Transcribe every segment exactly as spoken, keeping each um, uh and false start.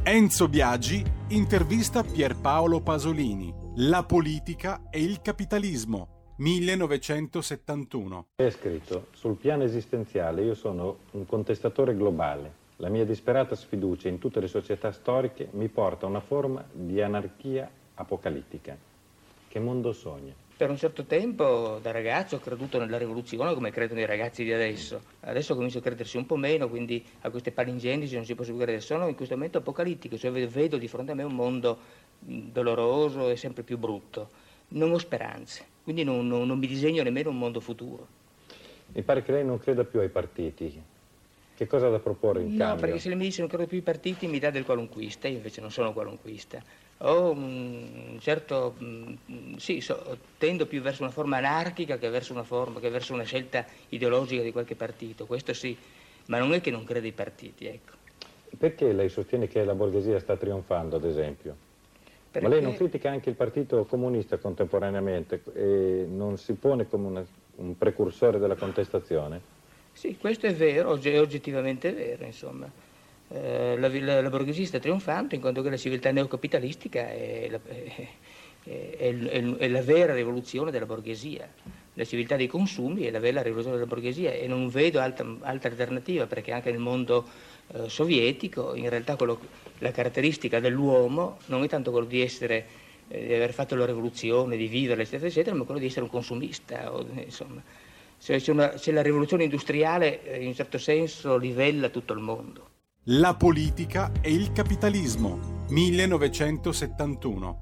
Enzo Biagi intervista Pierpaolo Pasolini. La politica e il capitalismo, millenovecentosettantuno. È scritto: sul piano esistenziale io sono un contestatore globale. La mia disperata sfiducia in tutte le società storiche mi porta a una forma di anarchia apocalittica. Che mondo sogna? Per un certo tempo, da ragazzo, ho creduto nella rivoluzione come credono i ragazzi di adesso. Adesso comincio a credersi un po' meno, quindi a queste palingenesi non si può più credere. Sono in questo momento apocalittico, cioè vedo di fronte a me un mondo doloroso e sempre più brutto. Non ho speranze, quindi non, non, non mi disegno nemmeno un mondo futuro. Mi pare che lei non creda più ai partiti. Che cosa ha da proporre in no, cambio? No, perché se mi dice non credo più ai partiti mi dà del qualunquista, io invece non sono qualunquista. Ho un certo, mh, sì, so, tendo più verso una forma anarchica che verso una forma, che verso una scelta ideologica di qualche partito, questo sì, ma non è che non creda ai partiti, ecco. Perché lei sostiene che la borghesia sta trionfando, ad esempio? Perché... Ma lei non critica anche il Partito Comunista contemporaneamente e non si pone come una, un precursore della contestazione? Sì, questo è vero, è oggettivamente vero, insomma. Eh, la, la, la borghesia sta trionfando in quanto che la civiltà neocapitalistica è la, è, è, è, è la vera rivoluzione della borghesia. La civiltà dei consumi è la vera rivoluzione della borghesia e non vedo altra, altra alternativa, perché anche nel mondo eh, sovietico in realtà quello, la caratteristica dell'uomo non è tanto quello di essere, eh, di aver fatto la rivoluzione, di vivere, eccetera, eccetera, ma quello di essere un consumista, o, insomma. Se, se, una, se la rivoluzione industriale eh, in un certo senso livella tutto il mondo. La politica e il capitalismo, millenovecentosettantuno.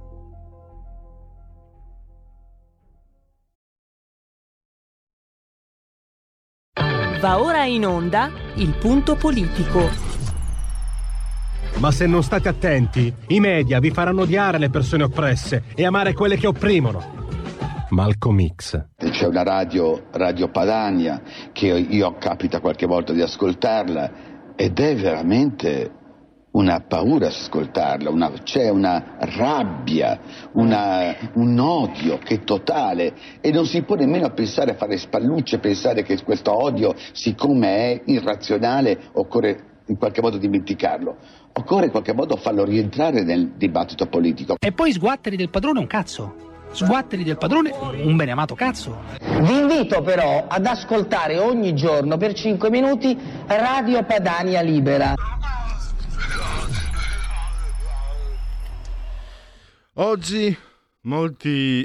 Va ora in onda il punto politico. Ma se non state attenti, i media vi faranno odiare le persone oppresse e amare quelle che opprimono. Malcolm X. C'è una radio, Radio Padania, che io capita qualche volta di ascoltarla ed è veramente una paura ascoltarla, una, c'è una rabbia, una, un odio che è totale e non si può nemmeno pensare a fare spallucce, pensare che questo odio, siccome è irrazionale, occorre in qualche modo dimenticarlo, occorre in qualche modo farlo rientrare nel dibattito politico. E poi sguatteri del padrone un cazzo. Sguatteri del padrone, un beneamato cazzo. Vi invito però ad ascoltare ogni giorno per cinque minuti Radio Padania Libera. Oggi molti,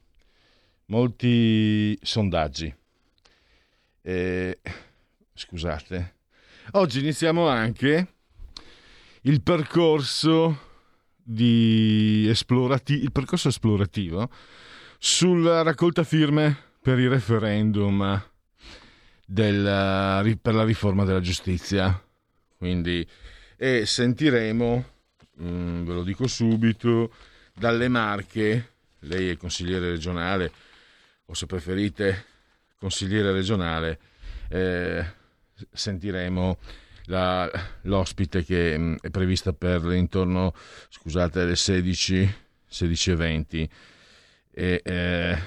molti sondaggi. Eh, scusate. Oggi iniziamo anche il percorso di esplorati- il percorso esplorativo sulla raccolta firme per il referendum della, per la riforma della giustizia. Quindi e sentiremo, mh, ve lo dico subito, dalle Marche, lei è consigliere regionale o se preferite consigliere regionale, eh, sentiremo La, l'ospite che mh, è prevista per intorno, scusate, alle sedici, sedici e venti e eh,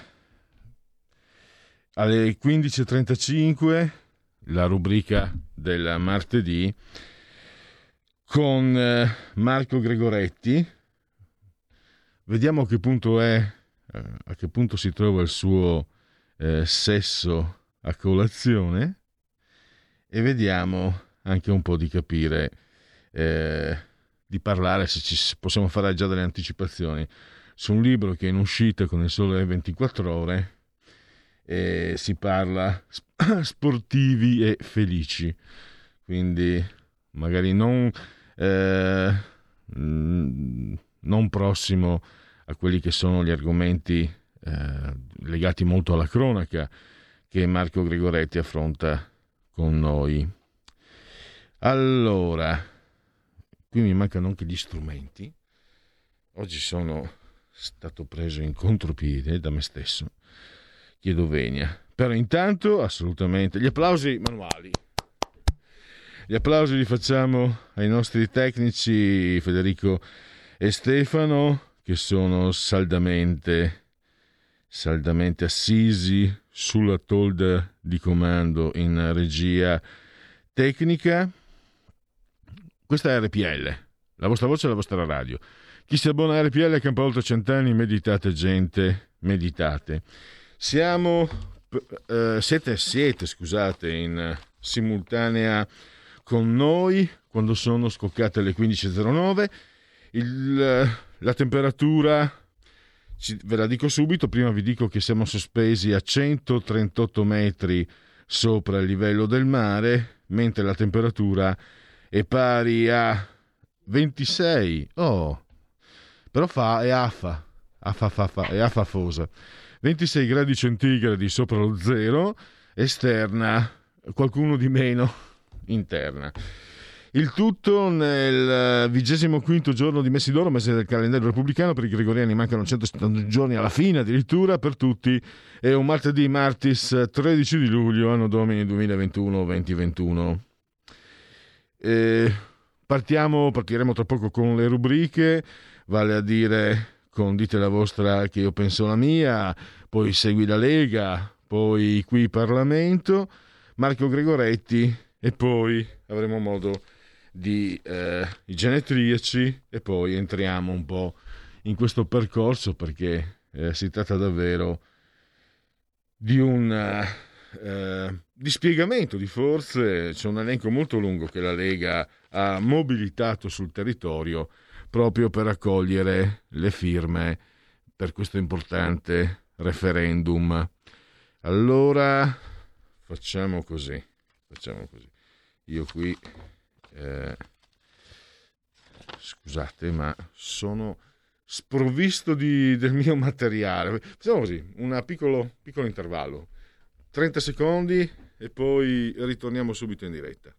alle quindici e trentacinque la rubrica del martedì con eh, Marco Gregoretti. Vediamo a che punto è, eh, a che punto si trova il suo eh, sesso a colazione e vediamo anche un po' di capire, eh, di parlare, se ci possiamo fare già delle anticipazioni, su un libro che è in uscita con il Sole ventiquattro Ore e si parla sportivi e felici, quindi magari non, eh, non prossimo a quelli che sono gli argomenti eh, legati molto alla cronaca che Marco Gregoretti affronta con noi. Allora, qui mi mancano anche gli strumenti. Oggi sono stato preso in contropiede da me stesso. Chiedo venia. Però intanto, assolutamente, gli applausi manuali. Gli applausi li facciamo ai nostri tecnici Federico e Stefano, che sono saldamente, saldamente assisi sulla tolda di comando in regia tecnica. Questa è R P L, la vostra voce e la vostra radio. Chi si abbona a R P L campa oltre cent'anni, meditate gente, meditate. Siamo, eh, siete, siete, scusate, in simultanea con noi quando sono scoccate le quindici e zero nove. Il, la temperatura, ve la dico subito, prima vi dico che siamo sospesi a centotrentotto metri sopra il livello del mare, mentre la temperatura è pari a ventisei, oh, però fa, è affa, affa, fa, fa, è affafosa, ventisei gradi centigradi sopra lo zero, esterna, qualcuno di meno interna. Il tutto nel vigesimo quinto giorno di Messidoro, mese del calendario repubblicano. Per i gregoriani mancano centosettantuno giorni alla fine, addirittura per tutti è un martedì, martis tredici di luglio, anno domini duemilaventuno duemilaventuno. E partiamo, partiremo tra poco con le rubriche, vale a dire con dite la vostra che io penso la mia, poi segui la Lega, poi qui Parlamento, Marco Gregoretti e poi avremo modo di eh, i genetriaci e poi entriamo un po' in questo percorso perché eh, si tratta davvero di un eh, dispiegamento di forze. C'è un elenco molto lungo che la Lega ha mobilitato sul territorio proprio per accogliere le firme per questo importante referendum. Allora facciamo così, facciamo così. Io qui Eh, scusate, ma sono sprovvisto di, del mio materiale. Facciamo così, un piccolo, piccolo intervallo, trenta secondi e poi ritorniamo subito in diretta.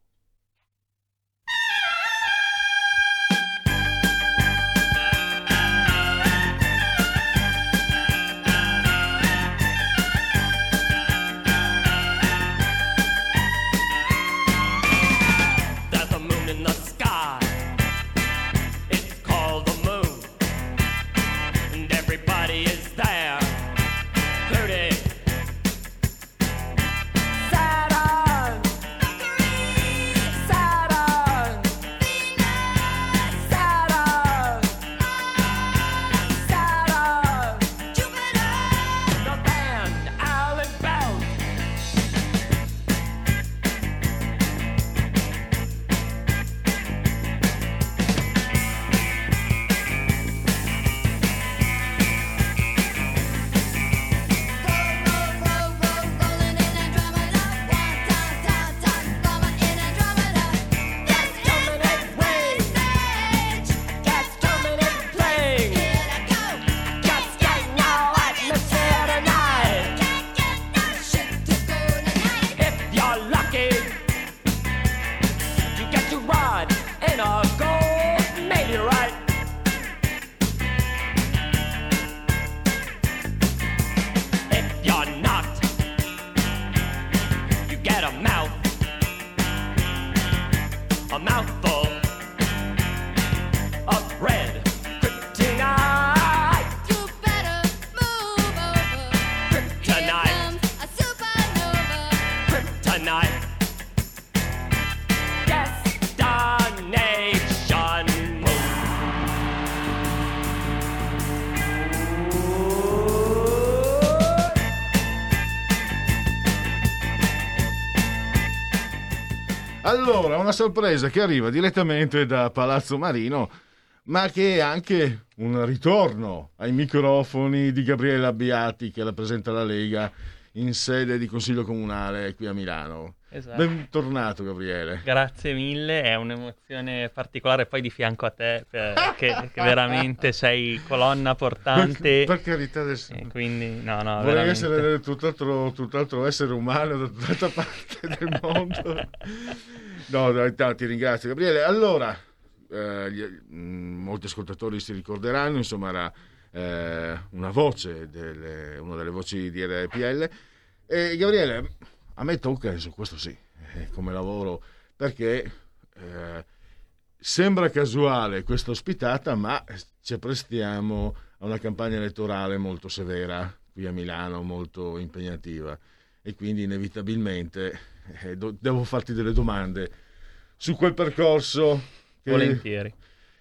Allora, una sorpresa che arriva direttamente da Palazzo Marino, ma che è anche un ritorno ai microfoni di Gabriele Abbiati, che rappresenta la Lega in sede di Consiglio Comunale qui a Milano. Esatto. Bentornato Gabriele. Grazie mille, è un'emozione particolare poi di fianco a te, perché che veramente sei colonna portante. Per, per carità del Signore. Quindi, no, no, vorrei veramente. essere tutt'altro, tutt'altro essere umano da tutt'altra parte del mondo. No, dai, ti ringrazio Gabriele. Allora, eh, gli, mh, molti ascoltatori si ricorderanno, insomma era eh, una voce, delle, una delle voci di R P L. E Gabriele, a me tocca, su questo sì, eh, come lavoro, perché eh, sembra casuale questa ospitata, ma ci prestiamo a una campagna elettorale molto severa qui a Milano, molto impegnativa, e quindi inevitabilmente eh, do- devo farti delle domande su quel percorso che, volentieri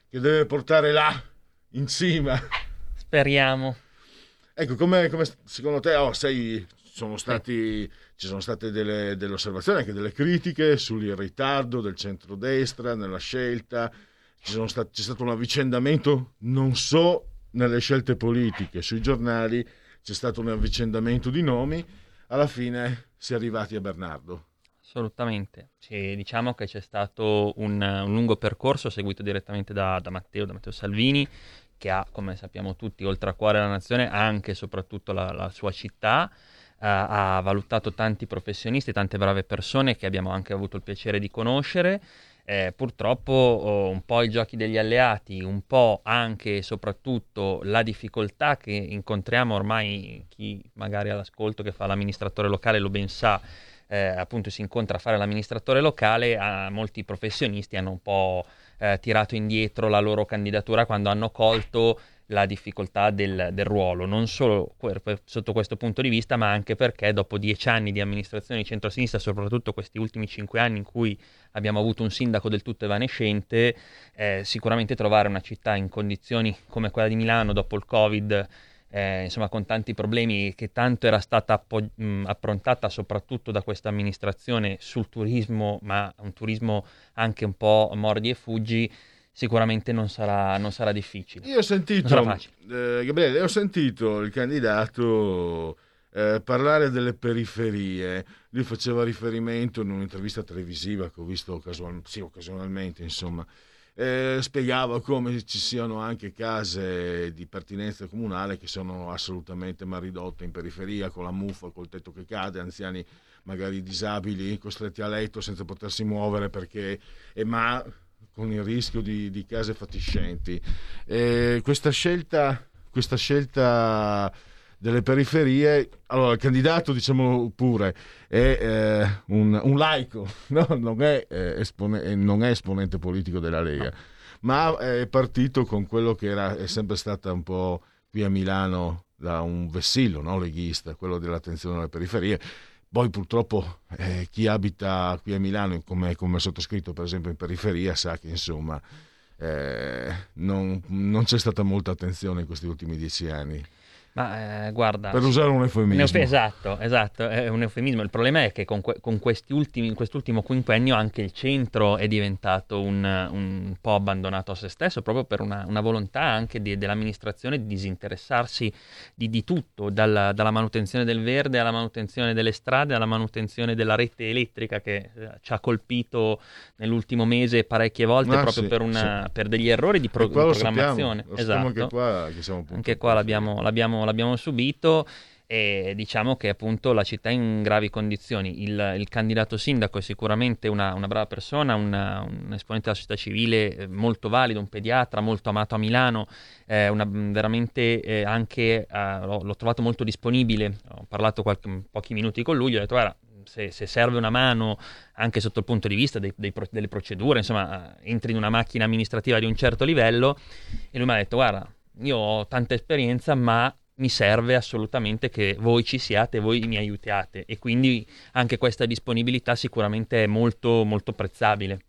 che deve portare là in cima. Speriamo. Ecco, come, come secondo te, oh, sei, sono stati, sì. ci sono state delle, delle osservazioni, anche delle critiche sul ritardo del centrodestra nella scelta, ci sono stati, c'è stato un avvicendamento, non so, nelle scelte politiche, sui giornali c'è stato un avvicendamento di nomi, alla fine si è arrivati a Bernardo. Assolutamente, sì, diciamo che c'è stato un, un lungo percorso seguito direttamente da, da Matteo, da Matteo Salvini, che ha, come sappiamo tutti, oltre a cuore la nazione, anche e soprattutto la, la sua città, eh, ha valutato tanti professionisti, tante brave persone che abbiamo anche avuto il piacere di conoscere. Eh, purtroppo oh, un po' i giochi degli alleati, un po' anche e soprattutto la difficoltà che incontriamo ormai, chi magari all'ascolto che fa l'amministratore locale lo ben sa, eh, appunto si incontra a fare l'amministratore locale, a molti professionisti hanno un po' eh, tirato indietro la loro candidatura quando hanno colto la difficoltà del, del ruolo, non solo per, per, sotto questo punto di vista, ma anche perché dopo dieci anni di amministrazione di centrosinistra, soprattutto questi ultimi cinque anni in cui abbiamo avuto un sindaco del tutto evanescente, eh, sicuramente trovare una città in condizioni come quella di Milano dopo il Covid, eh, insomma con tanti problemi, che tanto era stata appo- mh, approntata soprattutto da questa amministrazione sul turismo, ma un turismo anche un po' mordi e fuggi, sicuramente non sarà, non sarà difficile. Io ho sentito, eh, Gabriele, ho sentito il candidato eh, parlare delle periferie. Lui faceva riferimento in un'intervista televisiva che ho visto casual, sì, occasionalmente, insomma. Eh, spiegava come ci siano anche case di pertinenza comunale che sono assolutamente mal ridotte in periferia, con la muffa, col tetto che cade, anziani magari disabili, costretti a letto senza potersi muovere perché... Eh, ma con il rischio di, di case fatiscenti. Eh, questa scelta, questa scelta delle periferie, allora il candidato, diciamo pure, è eh, un, un laico, no? non, è, eh, espone, non è esponente politico della Lega, ma è partito con quello che era, è sempre stata un po' qui a Milano da un vessillo, no? leghista, quello dell'attenzione alle periferie. Poi purtroppo eh, chi abita qui a Milano, come, come sottoscritto per esempio in periferia, sa che insomma eh, non, non c'è stata molta attenzione in questi ultimi dieci anni. Ma eh, guarda, per usare un eufemismo. Euf- esatto, esatto, è un eufemismo. Il problema è che con, que- con questi ultimi, in quest'ultimo quinquennio anche il centro è diventato un, un po' abbandonato a se stesso, proprio per una, una volontà anche di, dell'amministrazione di disinteressarsi di, di tutto, dalla, dalla manutenzione del verde alla manutenzione delle strade, alla manutenzione della rete elettrica che eh, ci ha colpito nell'ultimo mese parecchie volte, ah, proprio sì, per, una, sì. per degli errori di, pro- di programmazione. Lo esatto. Anche qua, che siamo anche qua l'abbiamo, l'abbiamo l'abbiamo subito e diciamo che appunto la città è in gravi condizioni. Il, il candidato sindaco è sicuramente una, una brava persona, una, un esponente della società civile molto valido, un pediatra molto amato a Milano, eh, una, veramente eh, anche eh, l'ho, l'ho trovato molto disponibile. Ho parlato qualche, pochi minuti con lui, gli ho detto guarda, se, se serve una mano anche sotto il punto di vista dei, dei, delle procedure, insomma entri in una macchina amministrativa di un certo livello, e lui mi ha detto guarda, io ho tanta esperienza ma mi serve assolutamente che voi ci siate, voi mi aiutiate, e quindi anche questa disponibilità sicuramente è molto molto apprezzabile.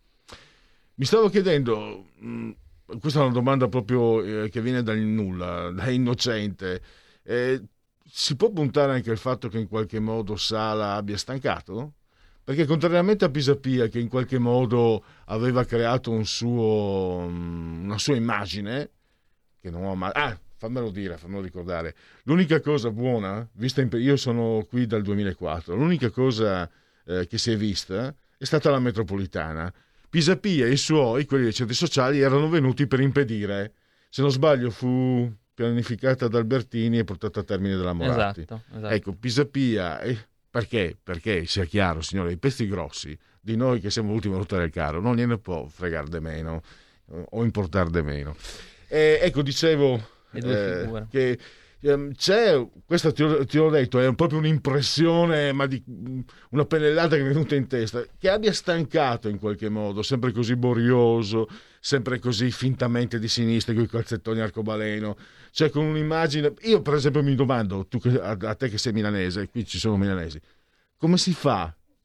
Mi stavo chiedendo, mh, questa è una domanda proprio eh, che viene dal nulla, da innocente, eh, si può puntare anche il fatto che in qualche modo Sala abbia stancato? Perché contrariamente a Pisapia, che in qualche modo aveva creato un suo, una sua immagine, che non ho mai... Ah, fammelo dire, fammelo ricordare. L'unica cosa buona, vista in, io sono qui dal duemilaquattro, l'unica cosa eh, che si è vista è stata la metropolitana. Pisapia e i suoi, quelli dei centri sociali, erano venuti per impedire. Se non sbaglio fu pianificata da Albertini e portata a termine dalla Moratti. Esatto, esatto. Ecco, Pisapia... Eh, perché? Perché, sia chiaro, signore, i pezzi grossi di noi che siamo l'ultimo a ruotare il carro non gliene può fregare de meno o importare de meno. E, ecco, dicevo... Eh, che ehm, c'è, questo ti ho, ti ho detto, è proprio un'impressione, ma di una pennellata che mi è venuta in testa, che abbia stancato in qualche modo, sempre così borioso, sempre così fintamente di sinistra con i calzettoni arcobaleno, cioè con un'immagine. Io per esempio mi domando, tu che, a, a te che sei milanese, qui ci sono milanesi, come si fa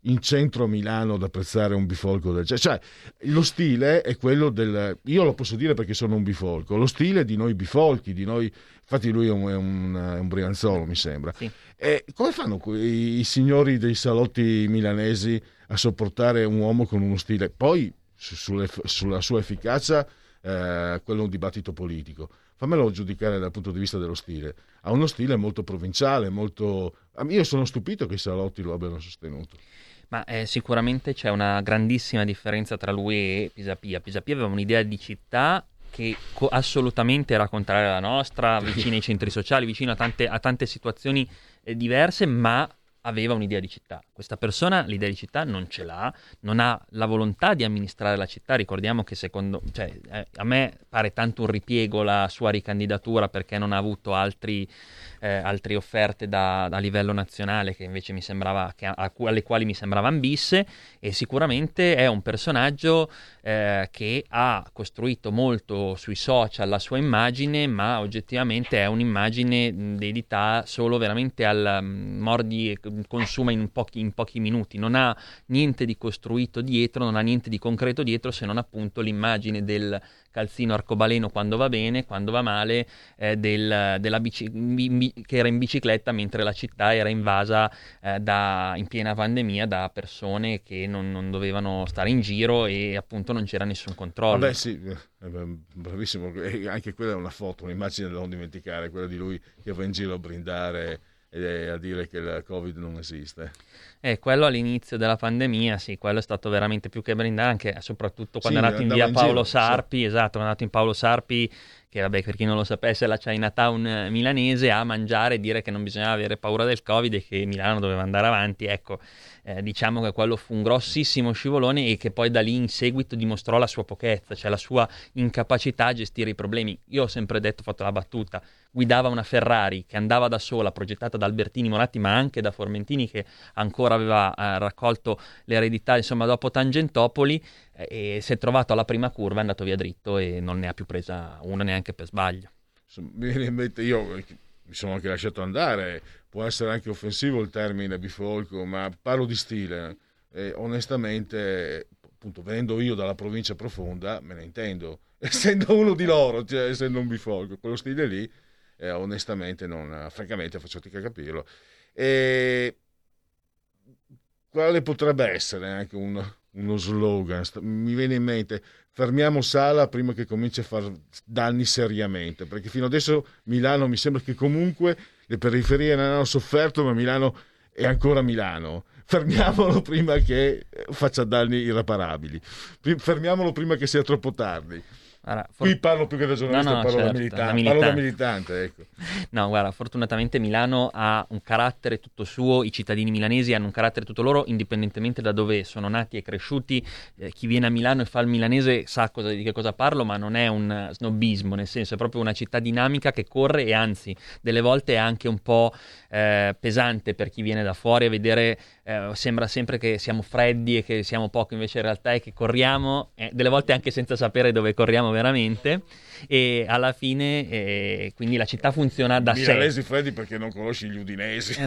in centro a Milano ad apprezzare un bifolco del genere. Cioè, lo stile è quello del... Io lo posso dire perché sono un bifolco. Lo stile di noi bifolchi, di noi... Infatti lui è un, è un, è un brianzolo, mi sembra. Sì. E come fanno i, i signori dei salotti milanesi a sopportare un uomo con uno stile? Poi, su, sulle, sulla sua efficacia, eh, quello è un dibattito politico. Fammelo giudicare dal punto di vista dello stile. Ha uno stile molto provinciale, molto... Io sono stupito che i salotti lo abbiano sostenuto. Ma eh, sicuramente c'è una grandissima differenza tra lui e Pisapia. Pisapia aveva un'idea di città che co- assolutamente era contraria alla nostra, vicina ai centri sociali, vicino a tante, a tante situazioni eh, diverse, ma aveva un'idea di città. Questa persona l'idea di città non ce l'ha, non ha la volontà di amministrare la città. Ricordiamo che secondo, cioè, eh, a me pare tanto un ripiego la sua ricandidatura, perché non ha avuto altri, eh, altre offerte da, a livello nazionale che invece mi sembrava che, a, alle quali mi sembrava ambisse, e sicuramente è un personaggio eh, che ha costruito molto sui social la sua immagine, ma oggettivamente è un'immagine dedita solo veramente al um, mordi e consuma in pochi, in pochi minuti, non ha niente di costruito dietro, non ha niente di concreto dietro, se non appunto l'immagine del calzino arcobaleno quando va bene, quando va male, eh, del, della bici, bi, che era in bicicletta mentre la città era invasa eh, da, in piena pandemia da persone che non, non dovevano stare in giro e appunto non c'era nessun controllo. Vabbè sì, bravissimo, anche quella è una foto, un'immagine da non dimenticare, quella di lui che va in giro a brindare e a dire che il Covid non esiste. Eh, quello all'inizio della pandemia, sì, quello è stato veramente più che brindare, anche soprattutto quando sì, è andato in via Paolo in giro, Sarpi, sì. Esatto, è andato in Paolo Sarpi, che vabbè, per chi non lo sapesse è la Chinatown milanese, a mangiare e dire che non bisognava avere paura del Covid e che Milano doveva andare avanti. Ecco, eh, diciamo che quello fu un grossissimo scivolone e che poi da lì in seguito dimostrò la sua pochezza, cioè la sua incapacità a gestire i problemi. Io ho sempre detto, ho fatto la battuta, guidava una Ferrari che andava da sola, progettata da Albertini Moratti, ma anche da Formentini, che ancora aveva eh, raccolto l'eredità, insomma, dopo Tangentopoli, eh, e si è trovato alla prima curva, è andato via dritto e non ne ha più presa una neanche per sbaglio. Mi viene in mente, io mi sono anche lasciato andare, può essere anche offensivo il termine bifolco, ma parlo di stile, e onestamente, appunto, venendo io dalla provincia profonda, me ne intendo, essendo uno di loro, cioè essendo un bifolco, quello stile lì, eh, onestamente, non, francamente faccio fatica a capirlo. E quale potrebbe essere anche uno, uno slogan? Mi viene in mente: fermiamo Sala prima che cominci a far danni seriamente, perché fino adesso Milano mi sembra che comunque le periferie non hanno sofferto, ma Milano è ancora Milano. Fermiamolo prima che faccia danni irreparabili, fermiamolo prima che sia troppo tardi. Allora, for... Qui parlo più che da giornalista, no, no, parlo, certo, da militante, da militante. parlo da militante, ecco. No, guarda, fortunatamente Milano ha un carattere tutto suo, i cittadini milanesi hanno un carattere tutto loro, indipendentemente da dove sono nati e cresciuti. Eh, chi viene a Milano e fa il milanese sa cosa, di che cosa parlo, ma non è un snobismo, nel senso è proprio una città dinamica che corre, e anzi delle volte è anche un po' eh, pesante per chi viene da fuori a vedere, eh, sembra sempre che siamo freddi e che siamo poco, invece in realtà è che corriamo, eh, delle volte anche senza sapere dove corriamo veramente, e alla fine eh, quindi la città funziona da sé. Milanesi freddi perché non conosci gli udinesi.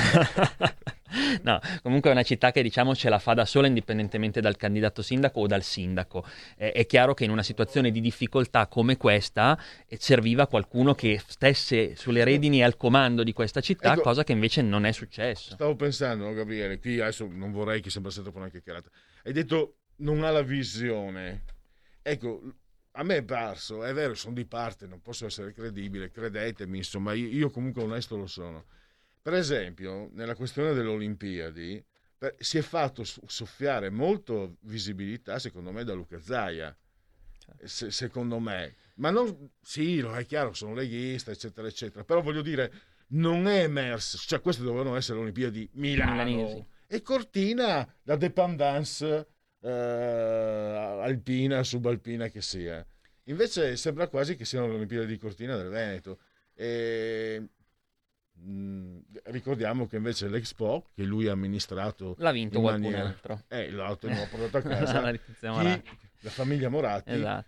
No, comunque è una città che, diciamo, ce la fa da sola indipendentemente dal candidato sindaco o dal sindaco. Eh, è chiaro che in una situazione di difficoltà come questa eh, serviva qualcuno che stesse sulle redini e al comando di questa città, ecco, cosa che invece non è successo. Stavo pensando, no, Gabriele, qui adesso non vorrei che sembrasse troppo una chiacchierata. Hai detto non ha la visione. Ecco, a me è parso, è vero, sono di parte, non posso essere credibile, credetemi, insomma, io, io comunque onesto lo sono. Per esempio, nella questione delle Olimpiadi, per, si è fatto soffiare molto visibilità, secondo me, da Luca Zaia, se, secondo me. Ma non, sì, lo è chiaro, sono leghista, eccetera, eccetera, però voglio dire, non è emerso, cioè queste dovevano essere le Olimpiadi Milano. Milanesi. E Cortina, la dépendance eh, alpina, subalpina che sia. Invece sembra quasi che siano le Olimpiadi di Cortina del Veneto. E mh, ricordiamo che invece l'Expo, che lui ha amministrato, l'ha vinto qualcun maniera, altro. Eh, l'ha portato a casa la, chi, la famiglia Moratti. Esatto.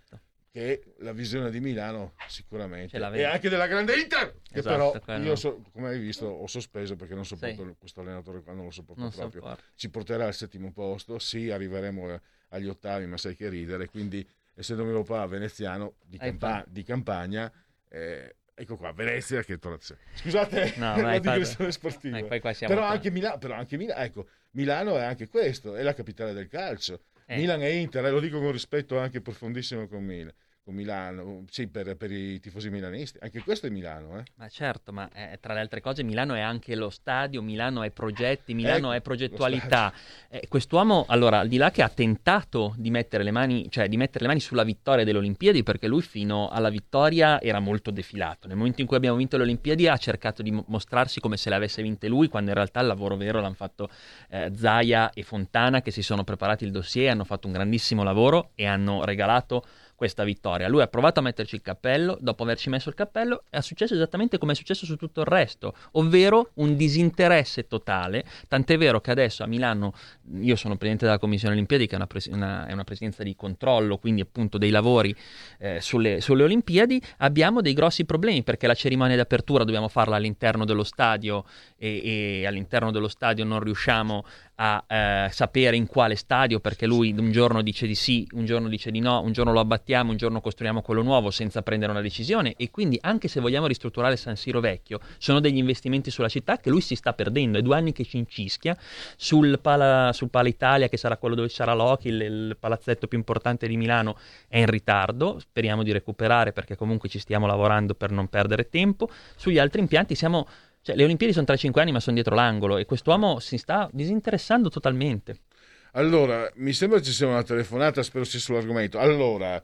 che la visione di Milano sicuramente Ce la e vedo. anche della grande Inter, che Esatto, però quello. io so, come hai visto ho sospeso perché non sopporto Sì. questo allenatore qua, non lo sopporto Non proprio. sopporto. Ci porterà al settimo posto, sì, arriveremo agli ottavi, ma sai che ridere, quindi essendo mio papà veneziano di, Hai campa- fatto. di campagna, eh, ecco qua, Venezia che tornazione. Scusate No, la vai, digressione fate. sportiva. Eh, poi qua siamo però, qua. anche Milano, però anche Milano, ecco, Milano è anche questo, è la capitale del calcio. Eh. Milan e Inter, e lo dico con rispetto anche profondissimo con Milan. Con Milano, sì, per, per i tifosi milanisti, anche questo è Milano, eh? Ma certo, ma eh, tra le altre cose Milano è anche lo stadio, Milano è progetti, Milano Ecco, è progettualità. Eh, quest'uomo, allora, al di là che ha tentato di mettere le mani, cioè di mettere le mani sulla vittoria delle Olimpiadi, perché lui fino alla vittoria era molto defilato. Nel momento in cui abbiamo vinto le Olimpiadi ha cercato di mo- mostrarsi come se le avesse vinte lui, quando in realtà il lavoro vero l'hanno fatto eh, Zaia e Fontana, che si sono preparati il dossier, hanno fatto un grandissimo lavoro e hanno regalato questa vittoria. Lui ha provato a metterci il cappello, dopo averci messo il cappello è successo esattamente come è successo su tutto il resto, ovvero un disinteresse totale, tant'è vero che adesso a Milano, io sono presidente della Commissione Olimpiadi, che è una, pres- una, è una presidenza di controllo, quindi appunto dei lavori eh, sulle, sulle Olimpiadi, abbiamo dei grossi problemi perché la cerimonia d'apertura dobbiamo farla all'interno dello stadio e, e all'interno dello stadio non riusciamo a eh, sapere in quale stadio, perché lui un giorno dice di sì, un giorno dice di no, un giorno lo abbattiamo, un giorno costruiamo quello nuovo senza prendere una decisione, e quindi anche se vogliamo ristrutturare San Siro vecchio sono degli investimenti sulla città che lui si sta perdendo. È due anni che ci incischia sul Pala, sul Pala Italia, che sarà quello dove ci sarà Loki, il, il palazzetto più importante di Milano, è in ritardo, speriamo di recuperare perché comunque ci stiamo lavorando per non perdere tempo. Sugli altri impianti siamo... Cioè, le Olimpiadi sono tra cinque anni ma sono dietro l'angolo e quest'uomo si sta disinteressando totalmente. Allora, mi sembra ci sia una telefonata, spero sia sull'argomento. Allora,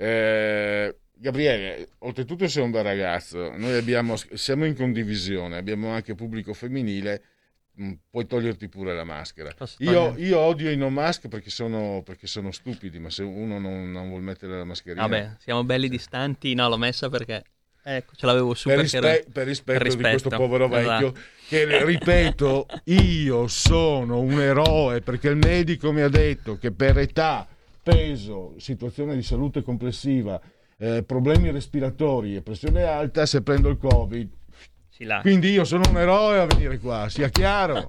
eh, Gabriele, oltretutto sei un bel ragazzo, noi abbiamo, siamo in condivisione, abbiamo anche pubblico femminile, mh, puoi toglierti pure la maschera. Io, io odio i no mask perché sono, perché sono stupidi, ma se uno non, non vuol mettere la mascherina... Vabbè, siamo belli distanti, no, l'ho messa perché... Ecco, ce l'avevo su per, perché rispe- era... per, rispetto per rispetto di questo povero vecchio, esatto. Che ripeto, io sono un eroe perché il medico mi ha detto che per età, peso, situazione di salute complessiva, eh, problemi respiratori e pressione alta, se prendo il Covid, quindi io sono un eroe a venire qua, sia chiaro.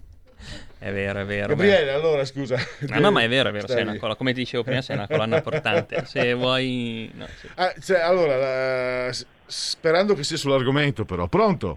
È vero, è vero. Gabriele, beh. allora scusa. No, no, ma è vero, è vero, Stai sei una colonna, come ti dicevo prima, sei una colonna portante. Se vuoi... No, sì. Ah, cioè, allora, eh, sperando che sia sull'argomento però, pronto?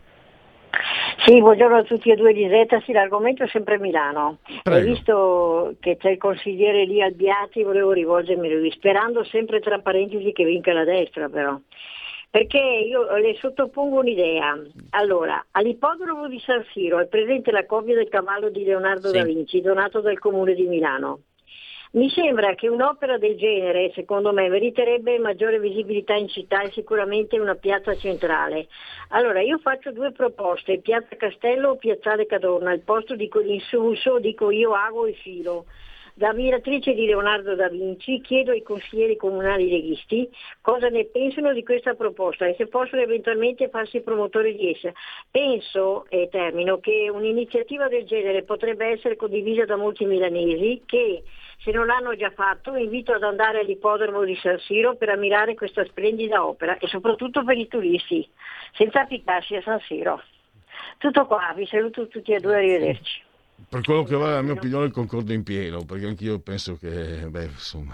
Sì, buongiorno a tutti e due di Zeta, sì, l'argomento è sempre Milano. Prego. E visto che c'è il consigliere lì Albiati, volevo rivolgermi a lui, sperando sempre tra parentesi che vinca la destra però. Perché io le sottopongo un'idea. Allora, all'ippodromo di San Siro è presente la copia del cavallo di Leonardo Sì. da Vinci, donato dal Comune di Milano. Mi sembra che un'opera del genere, secondo me, meriterebbe maggiore visibilità in città e sicuramente una piazza centrale. Allora, io faccio due proposte, Piazza Castello o Piazzale Cadorna, al posto di quell'insulso, dico io ago e filo. Da ammiratrice di Leonardo da Vinci chiedo ai consiglieri comunali leghisti cosa ne pensano di questa proposta e se possono eventualmente farsi promotori di essa. Penso, e termino, che un'iniziativa del genere potrebbe essere condivisa da molti milanesi che, se non l'hanno già fatto, invito ad andare all'ippodromo di San Siro per ammirare questa splendida opera e soprattutto per i turisti, senza applicarsi a San Siro. Tutto qua, vi saluto tutti e due, arrivederci. Per quello che vale la mia opinione concordo in pieno, perché anch'io penso che, beh, insomma...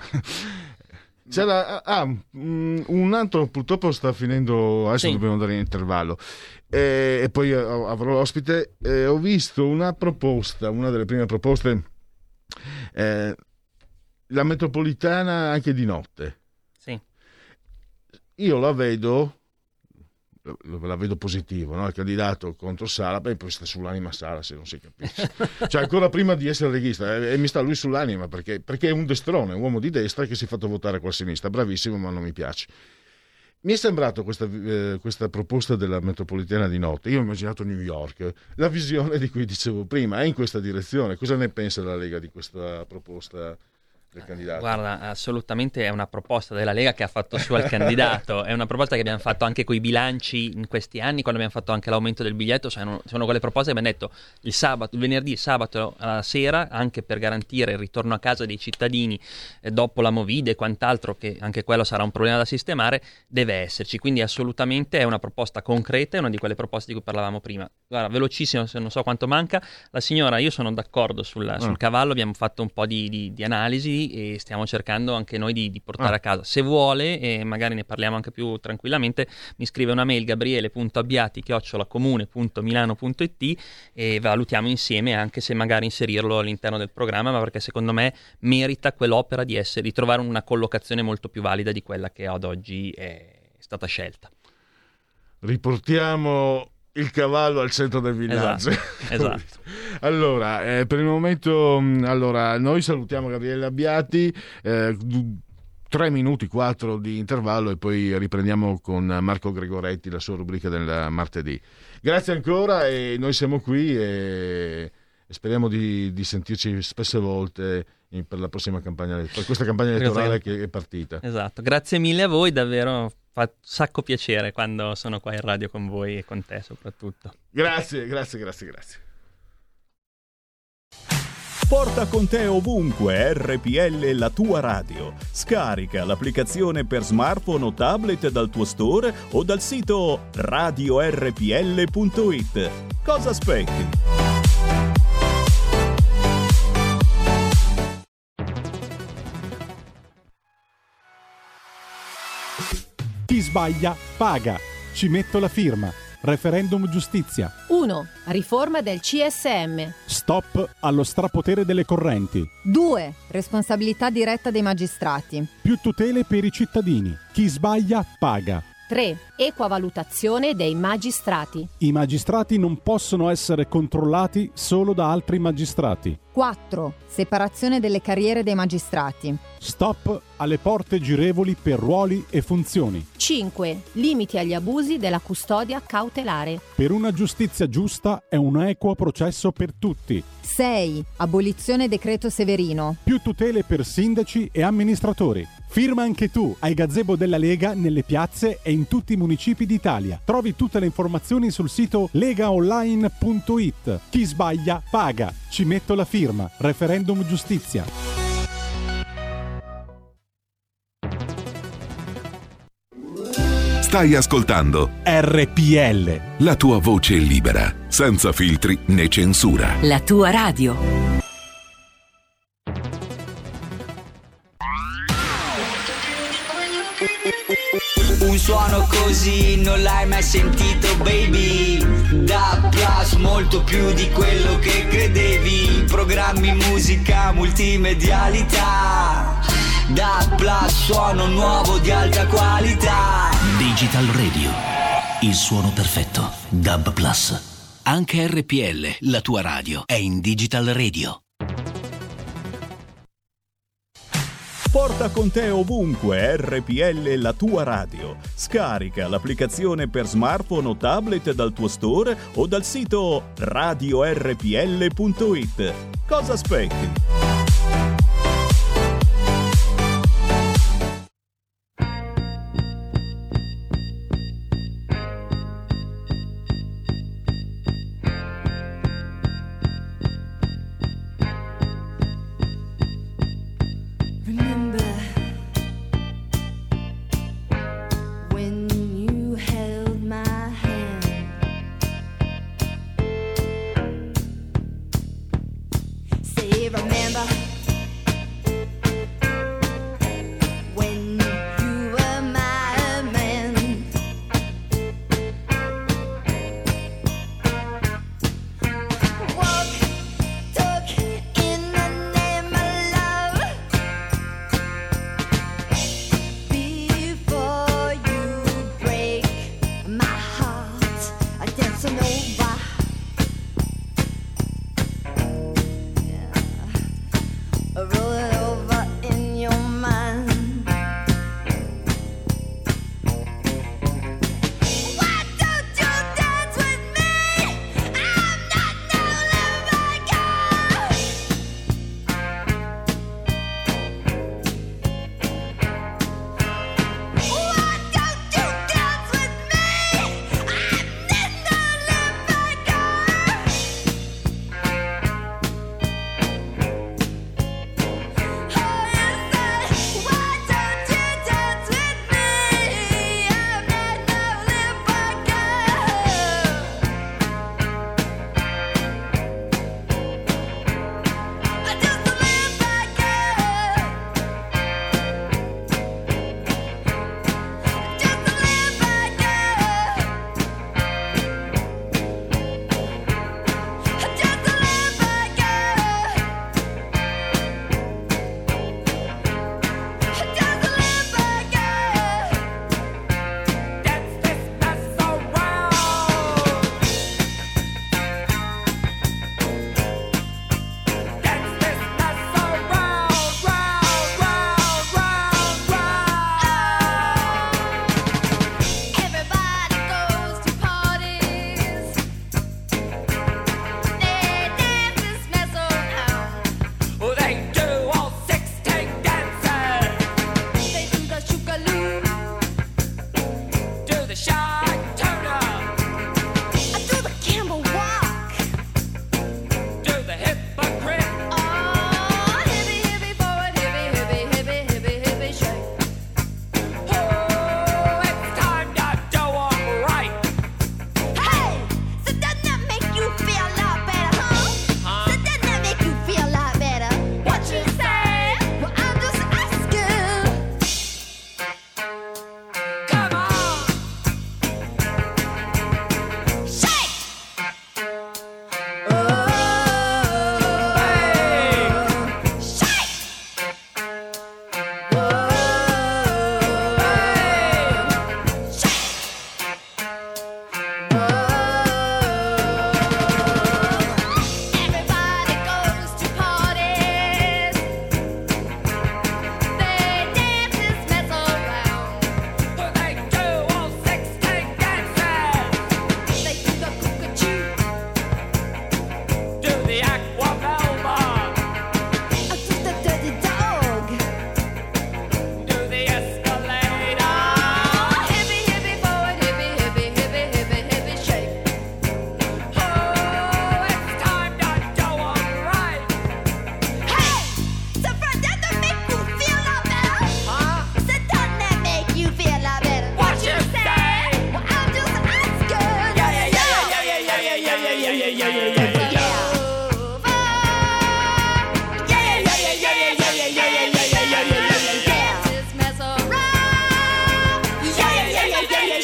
C'è la, ah, un altro purtroppo sta finendo, adesso Sì. dobbiamo andare in intervallo e, e poi avrò l'ospite. Eh, ho visto una proposta, una delle prime proposte, eh, la metropolitana anche di notte. Sì. Io la vedo, la vedo positivo, no? Il candidato contro Sala, beh, poi sta sull'anima Sala, se non si capisce. Cioè, ancora prima di essere leghista, e, e mi sta lui sull'anima perché, perché è un destrone, un uomo di destra che si è fatto votare qua a sinistra, bravissimo, ma non mi piace. Mi è sembrato questa, eh, questa proposta della metropolitana di notte, io ho immaginato New York, la visione di cui dicevo prima è in questa direzione. Cosa ne pensa la Lega di questa proposta del candidato? Guarda, assolutamente è una proposta della Lega che ha fatto su al candidato, è una proposta che abbiamo fatto anche coi bilanci in questi anni, quando abbiamo fatto anche l'aumento del biglietto. Sono, sono quelle proposte che abbiamo detto il sabato, il venerdì, il sabato alla sera, anche per garantire il ritorno a casa dei cittadini eh, dopo la Movide e quant'altro, che anche quello sarà un problema da sistemare, deve esserci. Quindi assolutamente è una proposta concreta, è una di quelle proposte di cui parlavamo prima. Guarda, velocissimo, se non so quanto manca. La signora, io sono d'accordo sul, sul cavallo, abbiamo fatto un po' di, di, di analisi e stiamo cercando anche noi di, di portare ah. a casa. Se vuole, e magari ne parliamo anche più tranquillamente, mi scrive una mail gabriele punto abbiati chiocciola comune punto milano punto it e valutiamo insieme anche se magari inserirlo all'interno del programma, ma perché secondo me merita quell'opera di essere, di trovare una collocazione molto più valida di quella che ad oggi è stata scelta. Riportiamo il cavallo al centro del villaggio. Esatto, esatto. Allora, eh, per il momento, allora, noi salutiamo Gabriele Abbiati, eh, tre minuti, quattro di intervallo e poi riprendiamo con Marco Gregoretti la sua rubrica del martedì. Grazie ancora e noi siamo qui e speriamo di, di sentirci spesse volte in, per la prossima campagna, per questa campagna elettorale che è partita. Esatto, grazie mille a voi, davvero. Fa un sacco piacere quando sono qua in radio con voi e con te soprattutto. Grazie, grazie, grazie, grazie. Porta con te ovunque R P L, la tua radio. Scarica l'applicazione per smartphone o tablet dal tuo store o dal sito radio erre pi elle punto it. Cosa aspetti? Chi sbaglia paga. Ci metto la firma. Referendum giustizia. uno. Riforma del C S M. Stop allo strapotere delle correnti. due. Responsabilità diretta dei magistrati. Più tutele per i cittadini. Chi sbaglia paga. tre. Equa valutazione dei magistrati. I magistrati non possono essere controllati solo da altri magistrati. quattro. Separazione delle carriere dei magistrati. Stop alle porte girevoli per ruoli e funzioni. cinque. Limiti agli abusi della custodia cautelare. Per una giustizia giusta e un equo processo per tutti. sei. Abolizione decreto Severino. Più tutele per sindaci e amministratori. Firma anche tu ai gazebo della Lega nelle piazze e in tutti i municipi d'Italia. Trovi tutte le informazioni sul sito legaonline punto it. Chi sbaglia paga. Ci metto la firma. Referendum giustizia. Stai ascoltando R P L. La tua voce libera, senza filtri né censura. La tua radio. Un suono così non l'hai mai sentito, baby. Da Plus, molto più di quello che credevi. Programmi, musica, multimedialità. Da Plus, suono nuovo di alta qualità. Digital Radio, il suono perfetto. D A B Plus. Anche R P L, la tua radio, è in Digital Radio. Porta con te ovunque R P L, la tua radio. Scarica l'applicazione per smartphone o tablet dal tuo store o dal sito radio erre pi elle punto it. Cosa aspetti? Remember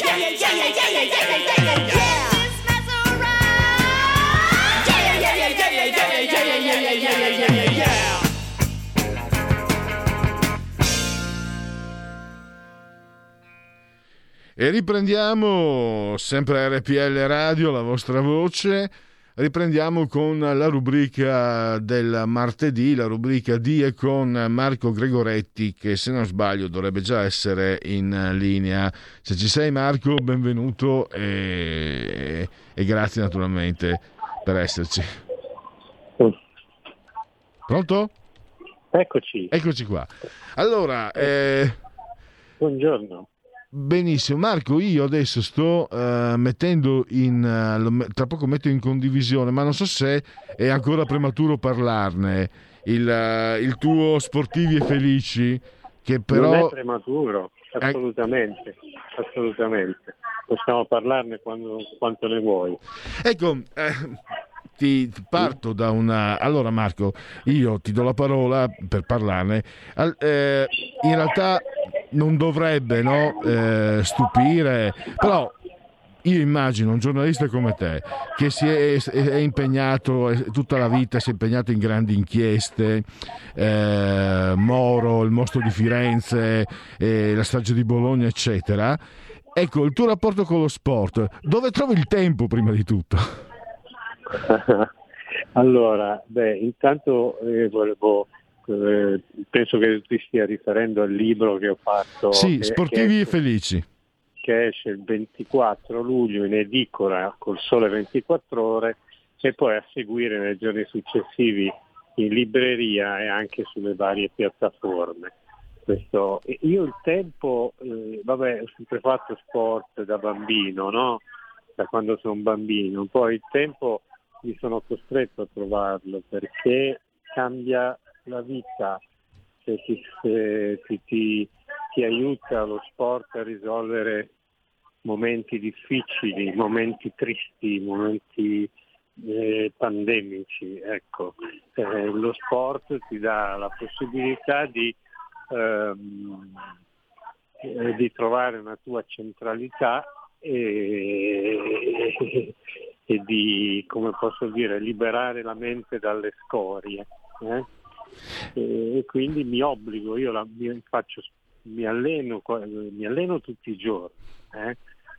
E riprendiamo sempre R P L Radio, la vostra voce. Riprendiamo con la rubrica del martedì, la rubrica di e con Marco Gregoretti, che se non sbaglio dovrebbe già essere in linea. Se ci sei, Marco, benvenuto e, e grazie naturalmente per esserci. Pronto? Eccoci. Eccoci qua. Allora, eh... buongiorno. Benissimo, Marco, io adesso sto uh, mettendo in uh, tra poco metto in condivisione, ma non so se è ancora prematuro parlarne, il, uh, il tuo Sportivi e Felici, che però non è prematuro, assolutamente, eh... assolutamente. Possiamo parlarne quando, quanto ne vuoi. Ecco, eh, ti, ti parto da una... Allora Marco, io ti do la parola per parlarne. Al, eh, in realtà non dovrebbe, no, eh, stupire, però io immagino un giornalista come te che si è, è impegnato è, tutta la vita, si è impegnato in grandi inchieste, eh, Moro, il mostro di Firenze, eh, la strage di Bologna, eccetera. Ecco, il tuo rapporto con lo sport, dove trovi il tempo prima di tutto? Allora, beh, intanto eh, volevo eh, penso che ti stia riferendo al libro che ho fatto. Sì, che, Sportivi che e Felici. Che esce il ventiquattro luglio in edicola col Sole ventiquattro Ore e poi a seguire nei giorni successivi in libreria e anche sulle varie piattaforme. Questo, io il tempo, eh, vabbè, ho sempre fatto sport da bambino, no? Da quando sono un bambino, poi il tempo mi sono costretto a trovarlo perché cambia la vita, se ti, se ti, ti, ti aiuta lo sport a risolvere momenti difficili, momenti tristi, momenti eh, pandemici, ecco. Eh, lo sport ti dà la possibilità di ehm, eh, di trovare una tua centralità e, e di, come posso dire, liberare la mente dalle scorie, eh? E quindi mi obbligo, io la, mi, faccio, mi, alleno, mi alleno tutti i giorni, eh?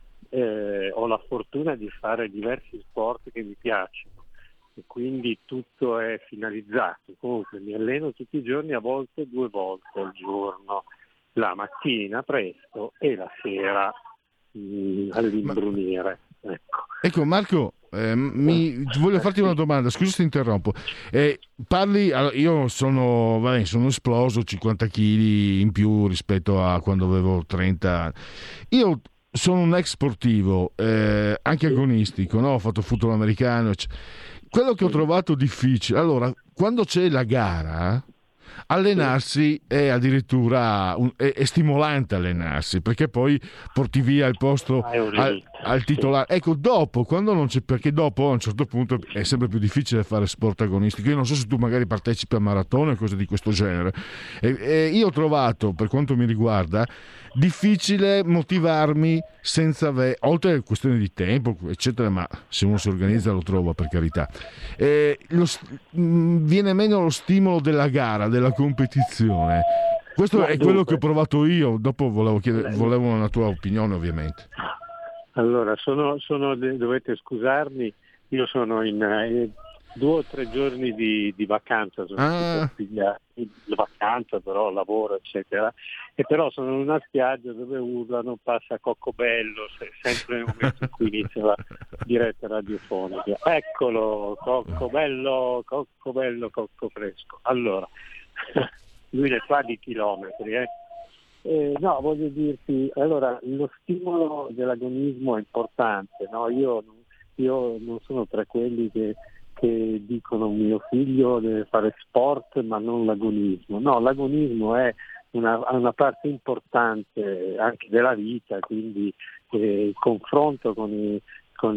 Eh, ho la fortuna di fare diversi sport che mi piacciono e quindi tutto è finalizzato. Comunque mi alleno tutti i giorni, a volte due volte al giorno, la mattina presto e la sera mh, all'imbrunire. Ecco. Ecco Marco, eh, mi, voglio farti una domanda, scusa se ti interrompo. Eh, parli, io sono, vabbè, sono esploso cinquanta chili in più rispetto a quando avevo trenta anni. Io sono un ex sportivo, eh, anche agonistico, no? Ho fatto football americano. Eccetera. Quello che ho trovato difficile, allora, quando c'è la gara, allenarsi è addirittura un, è, è stimolante allenarsi, perché poi porti via il posto al, al titolare. Ecco, dopo, quando non c'è, perché dopo a un certo punto è sempre più difficile fare sport agonistico. Io non so se tu magari partecipi a maratone o cose di questo genere. E, e io ho trovato, per quanto mi riguarda, difficile motivarmi senza avere, oltre alle questioni di tempo, eccetera, ma se uno si organizza lo trova, per carità. E lo, mh, viene meno lo stimolo della gara, della competizione. Questo ma è dunque, quello che ho provato io. Dopo volevo chiedere, volevo una tua opinione, ovviamente. Allora, sono, sono dovete scusarmi, io sono in eh, due o tre giorni di, di vacanza, sono ah. figliati, vacanza però, lavoro eccetera, e però sono in una spiaggia dove urlano passa Coccobello, sempre nel momento in cui inizia la diretta radiofonica. Eccolo, Coccobello, Coccobello, Cocco fresco. Allora, lui ne fa di chilometri, eh. Eh, no, voglio dirti, allora, lo stimolo dell'agonismo è importante, no? Io, io non sono tra quelli che che dicono mio figlio deve fare sport ma non l'agonismo. No, l'agonismo è una, una parte importante anche della vita, quindi eh, il confronto con i, con,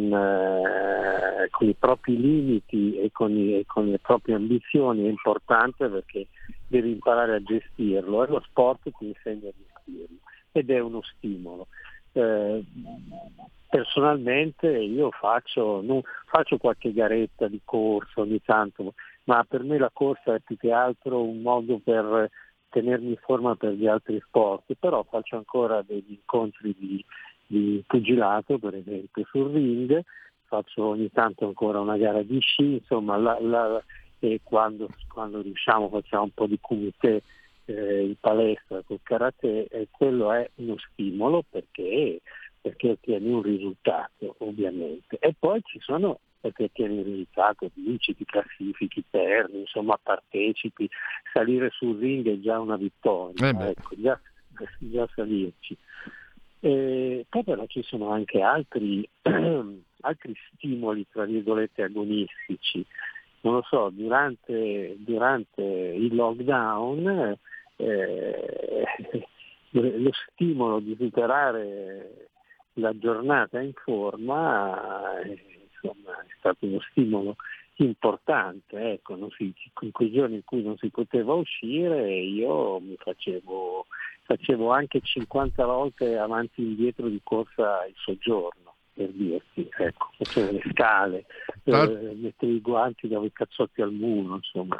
eh, con i propri limiti e con, i, e con le proprie ambizioni è importante perché devi imparare a gestirlo e lo sport ti insegna a gestirlo ed è uno stimolo. eh, personalmente io faccio, non, faccio qualche garetta di corsa ogni tanto, ma per me la corsa è più che altro un modo per tenermi in forma per gli altri sport, però faccio ancora degli incontri di, di pugilato, per esempio sul ring, faccio ogni tanto ancora una gara di sci, insomma la, la, e quando, quando riusciamo facciamo un po' di kumite eh, in palestra col karate, e quello è uno stimolo perché, perché ottieni un risultato ovviamente, e poi ci sono, perché ottieni un risultato, vinci, ti classifichi, perdi, insomma partecipi, salire sul ring è già una vittoria, eh ecco, già, già salirci. E poi però ci sono anche altri, altri stimoli tra virgolette agonistici, non lo so, durante, durante il lockdown eh, lo stimolo di superare la giornata in forma eh, insomma è stato uno stimolo importante, ecco, non si, in quei giorni in cui non si poteva uscire io mi facevo facevo anche cinquanta volte avanti e indietro di corsa il soggiorno, per dirti, ecco, facevo le scale, eh, mettevo i guanti, davo i cazzotti al muro, insomma.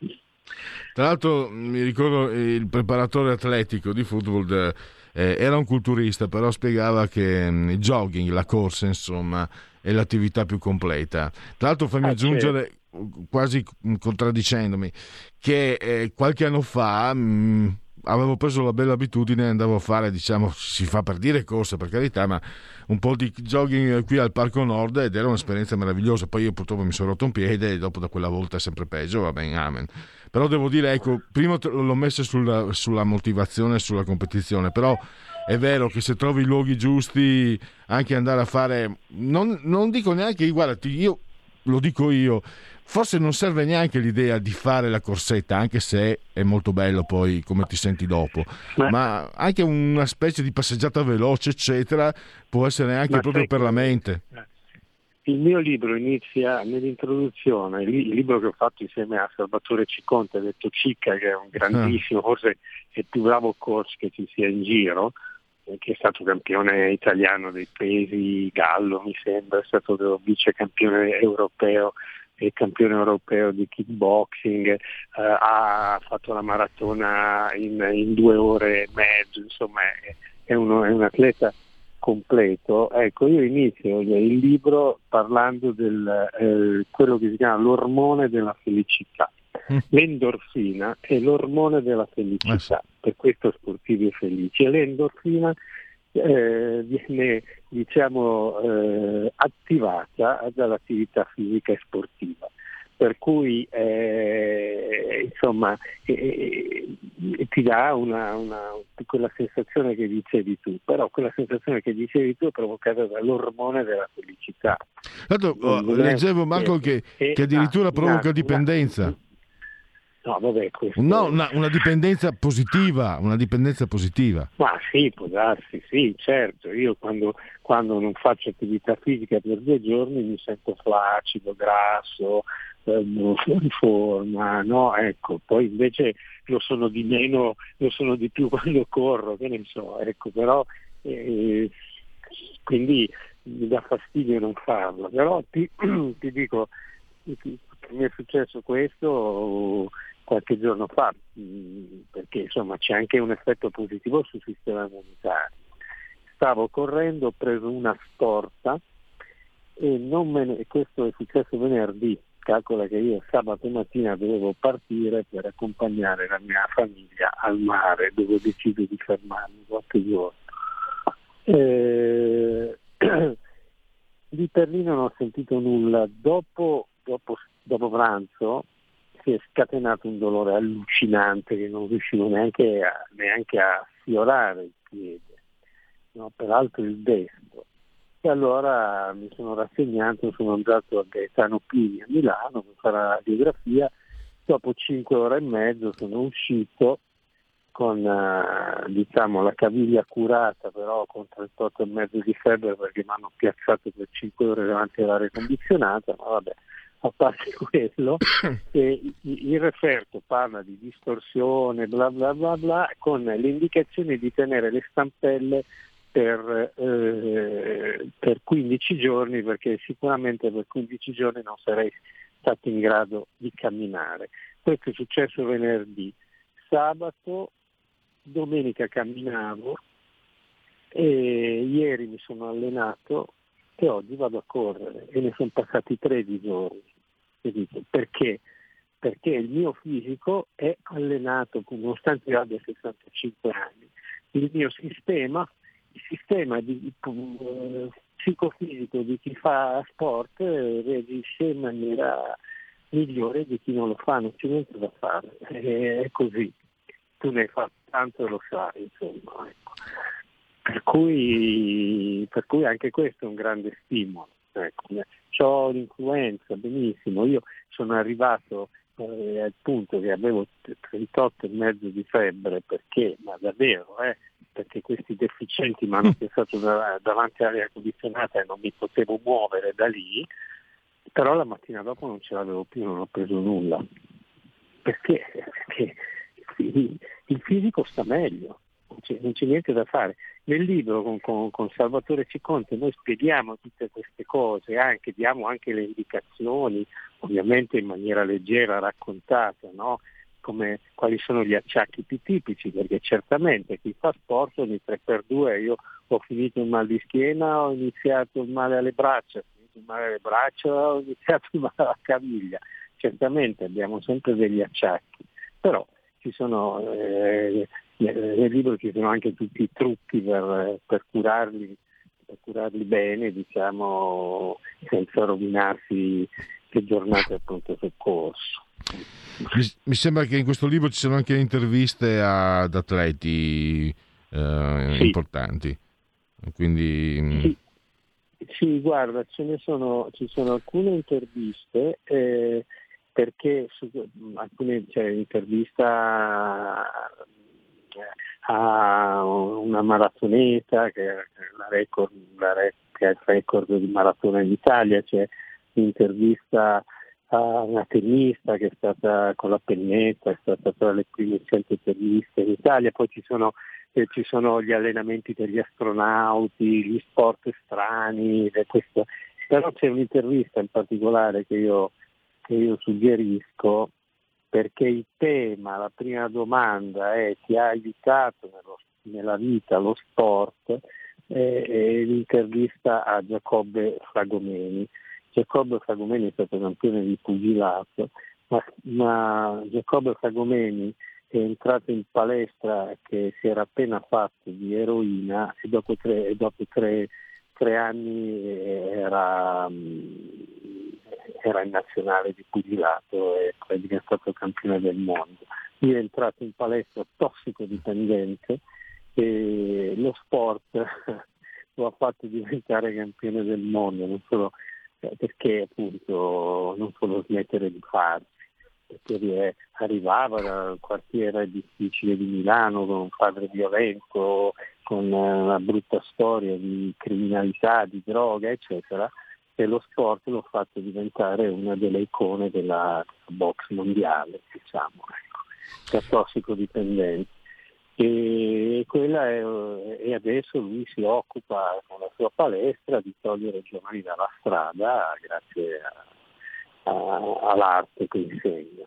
Tra l'altro mi ricordo il preparatore atletico di football eh, era un culturista, però spiegava che mh, il jogging, la corsa insomma è l'attività più completa. Tra l'altro fammi ah, aggiungere, certo, quasi contraddicendomi, che eh, qualche anno fa mh, avevo preso la bella abitudine, andavo a fare, diciamo, si fa per dire corsa per carità, ma un po' di jogging qui al Parco Nord, ed era un'esperienza meravigliosa. Poi io purtroppo mi sono rotto un piede e dopo da quella volta è sempre peggio, va bene, amen. Però devo dire, ecco, prima l'ho messo sulla, sulla motivazione, sulla competizione, però è vero che se trovi i luoghi giusti, anche andare a fare, non, non dico neanche, guarda, io lo dico io, forse non serve neanche l'idea di fare la corsetta, anche se è molto bello poi come ti senti dopo, ma, ma anche una specie di passeggiata veloce eccetera può essere anche proprio per la mente. Il mio libro inizia nell'introduzione, il libro che ho fatto insieme a Salvatore Ciconte, detto Cicca, che è un grandissimo, forse è il più bravo coach che ci sia in giro, che è stato campione italiano dei pesi, gallo mi sembra, è stato vice campione europeo e campione europeo di kickboxing, eh, ha fatto la maratona in, in due ore e mezzo, insomma è, è, uno, è un atleta completo. Ecco, io inizio il libro parlando del eh, quello che si chiama l'ormone della felicità. Mm. L'endorfina è l'ormone della felicità, per questo sportivi e felici, e l'endorfina eh, viene diciamo eh, attivata dall'attività fisica e sportiva, per cui eh, insomma eh, ti dà una, una quella sensazione che dicevi tu, però quella sensazione che dicevi tu è provocata dall'ormone della felicità. Tanto, oh, leggevo Marco che, che, che addirittura ah, provoca una, dipendenza. Una, No, vabbè, questo... no una, una dipendenza positiva, una dipendenza positiva. Ma sì, può darsi, sì, certo. Io quando, quando non faccio attività fisica per due giorni mi sento flaccido, grasso, eh, fuori forma, no? Ecco, poi invece lo sono di meno, lo sono di più quando corro, che ne so, ecco, però eh, quindi mi dà fastidio non farlo. Però ti, ti dico, mi è successo questo qualche giorno fa, perché insomma c'è anche un effetto positivo sul sistema immunitario. Stavo correndo, ho preso una storta e non me ne, questo è successo venerdì, calcola che io sabato mattina dovevo partire per accompagnare la mia famiglia al mare, dove ho deciso di fermarmi qualche giorno. Eh, di per lì non ho sentito nulla. Dopo, dopo, dopo pranzo si è scatenato un dolore allucinante che non riuscivo neanche a, neanche a sfiorare il piede, no? Peraltro il destro. E allora mi sono rassegnato, sono andato a Gaetano Pini a Milano per fare la radiografia. Dopo cinque ore e mezzo sono uscito con uh, diciamo la caviglia curata, però con trentotto e mezzo di febbre perché mi hanno piazzato per cinque ore davanti all'aria condizionata, ma vabbè. A parte quello, eh, il referto parla di distorsione, bla bla bla bla, con le indicazioni di tenere le stampelle per, eh, per quindici giorni, perché sicuramente per quindici giorni non sarei stato in grado di camminare. Questo è successo venerdì. Sabato, domenica camminavo, e ieri mi sono allenato e oggi vado a correre e ne sono passati tre di giorni. Perché? Perché il mio fisico è allenato, nonostante io abbia sessantacinque anni. Il mio sistema, il sistema di, uh, psicofisico di chi fa sport eh, reagisce in maniera migliore di chi non lo fa, non c'è niente da fare, è, è così. Tu ne hai fatto tanto e lo sai, insomma. Ecco. Per cui, per cui anche questo è un grande stimolo. Ecco. C'ho l'influenza, benissimo, io sono arrivato eh, al punto che avevo trentotto e mezzo di febbre, perché, ma davvero, eh, perché questi deficienti mi hanno pensato davanti all'aria condizionata e non mi potevo muovere da lì, però la mattina dopo non ce l'avevo più, non ho preso nulla. Perché? Perché il fisico sta meglio. Non c'è, non c'è niente da fare. Nel libro con, con, con Salvatore Ciconte noi spieghiamo tutte queste cose, anche, diamo anche le indicazioni, ovviamente in maniera leggera, raccontata, no? Come, quali sono gli acciacchi più tipici, perché certamente chi fa sport ogni tre per due, io ho finito il mal di schiena, ho iniziato il male alle braccia, ho finito il male alle braccia, ho iniziato il male alla caviglia. Certamente abbiamo sempre degli acciacchi, però ci sono eh, nel libro ci sono anche tutti i trucchi per, per curarli per curarli bene, diciamo, senza rovinarsi le giornate al pronto soccorso. Mi, mi sembra che in questo libro ci sono anche interviste ad atleti eh, sì. importanti, quindi sì. Sì, guarda, ce ne sono, ci sono alcune interviste eh, perché su alcune, cioè, intervista a una maratoneta che è la record, la re, che è il record di maratona in Italia, c'è l'intervista a una tennista che è stata con la pennetta, è stata tra le prime cento tenniste in Italia, poi ci sono, eh, ci sono gli allenamenti degli astronauti, gli sport strani, questo. Però c'è un'intervista in particolare che io, che io suggerisco, perché il tema, la prima domanda è: ti ha aiutato nello, nella vita lo sport? E, e l'intervista a Giacobbe Fragomeni. Giacobbe Fragomeni è stato campione di pugilato, ma, ma Giacobbe Fragomeni è entrato in palestra che si era appena fatto di eroina e dopo tre, e dopo tre, tre anni era, era in nazionale di pugilato e è diventato campione del mondo. Lui è entrato in palestra tossicodipendente e lo sport lo ha fatto diventare campione del mondo, non solo perché appunto non solo smettere di farsi, perché arrivava dal quartiere difficile di Milano con un padre violento, con una brutta storia di criminalità, di droga, eccetera, e lo sport l'ha fatto diventare una delle icone della box mondiale, diciamo, ecco, da tossicodipendente. E quella è, e adesso lui si occupa con la sua palestra di togliere i giovani dalla strada grazie a, a, all'arte che insegna.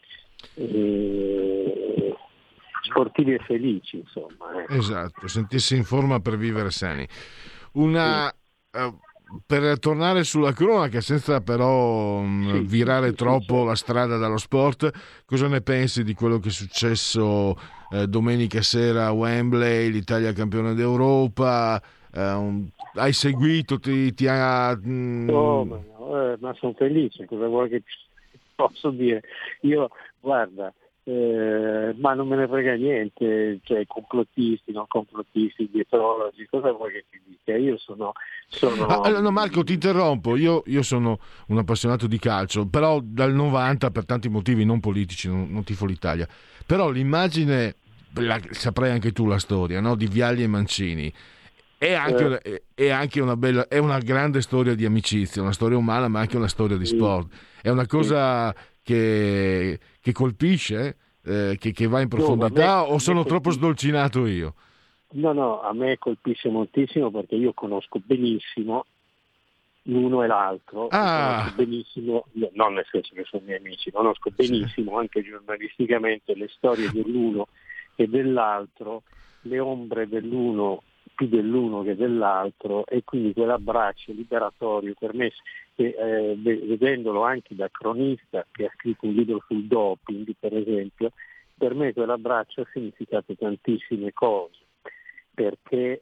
E, sportivi e felici, insomma. Ecco. Esatto, sentirsi in forma per vivere sani. Una sì. uh, per tornare sulla cronaca, senza però um, sì, virare sì, troppo sì, la strada dallo sport, cosa ne pensi di quello che è successo eh, domenica sera a Wembley, l'Italia campione d'Europa? Eh, un, hai seguito, ti, ti ha... Mm... Oh, ma, no, eh, ma sono felice, cosa vuoi che posso dire? Io, guarda, eh, ma non me ne frega niente, cioè complottisti, non complottisti, dietrologi, cosa vuoi che ti dica? Io sono... sono... Ah, no, Marco, ti interrompo, io, io sono un appassionato di calcio, però dal novanta, per tanti motivi non politici, non, non tifo l'Italia, però l'immagine, la, saprai anche tu la storia, no? Di Vialli e Mancini, è anche, eh. una, è, è anche una bella, è una grande storia di amicizia, una storia umana, ma anche una storia di sport, è una cosa... Sì. Che, che colpisce, eh, che, che va in profondità, no, o sono troppo sdolcinato io? No, no, a me colpisce moltissimo perché io conosco benissimo l'uno e l'altro, ah. conosco benissimo, non nel senso che sono miei amici, conosco benissimo sì. anche giornalisticamente le storie dell'uno e dell'altro, le ombre dell'uno più dell'uno che dell'altro, e quindi quell'abbraccio liberatorio per me, eh, vedendolo anche da cronista che ha scritto un libro sul doping per esempio, per me quell'abbraccio ha significato tantissime cose. Perché,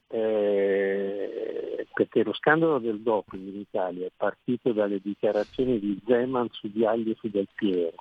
eh, perché lo scandalo del doping in Italia è partito dalle dichiarazioni di Zeman su Vialli e su Del Piero,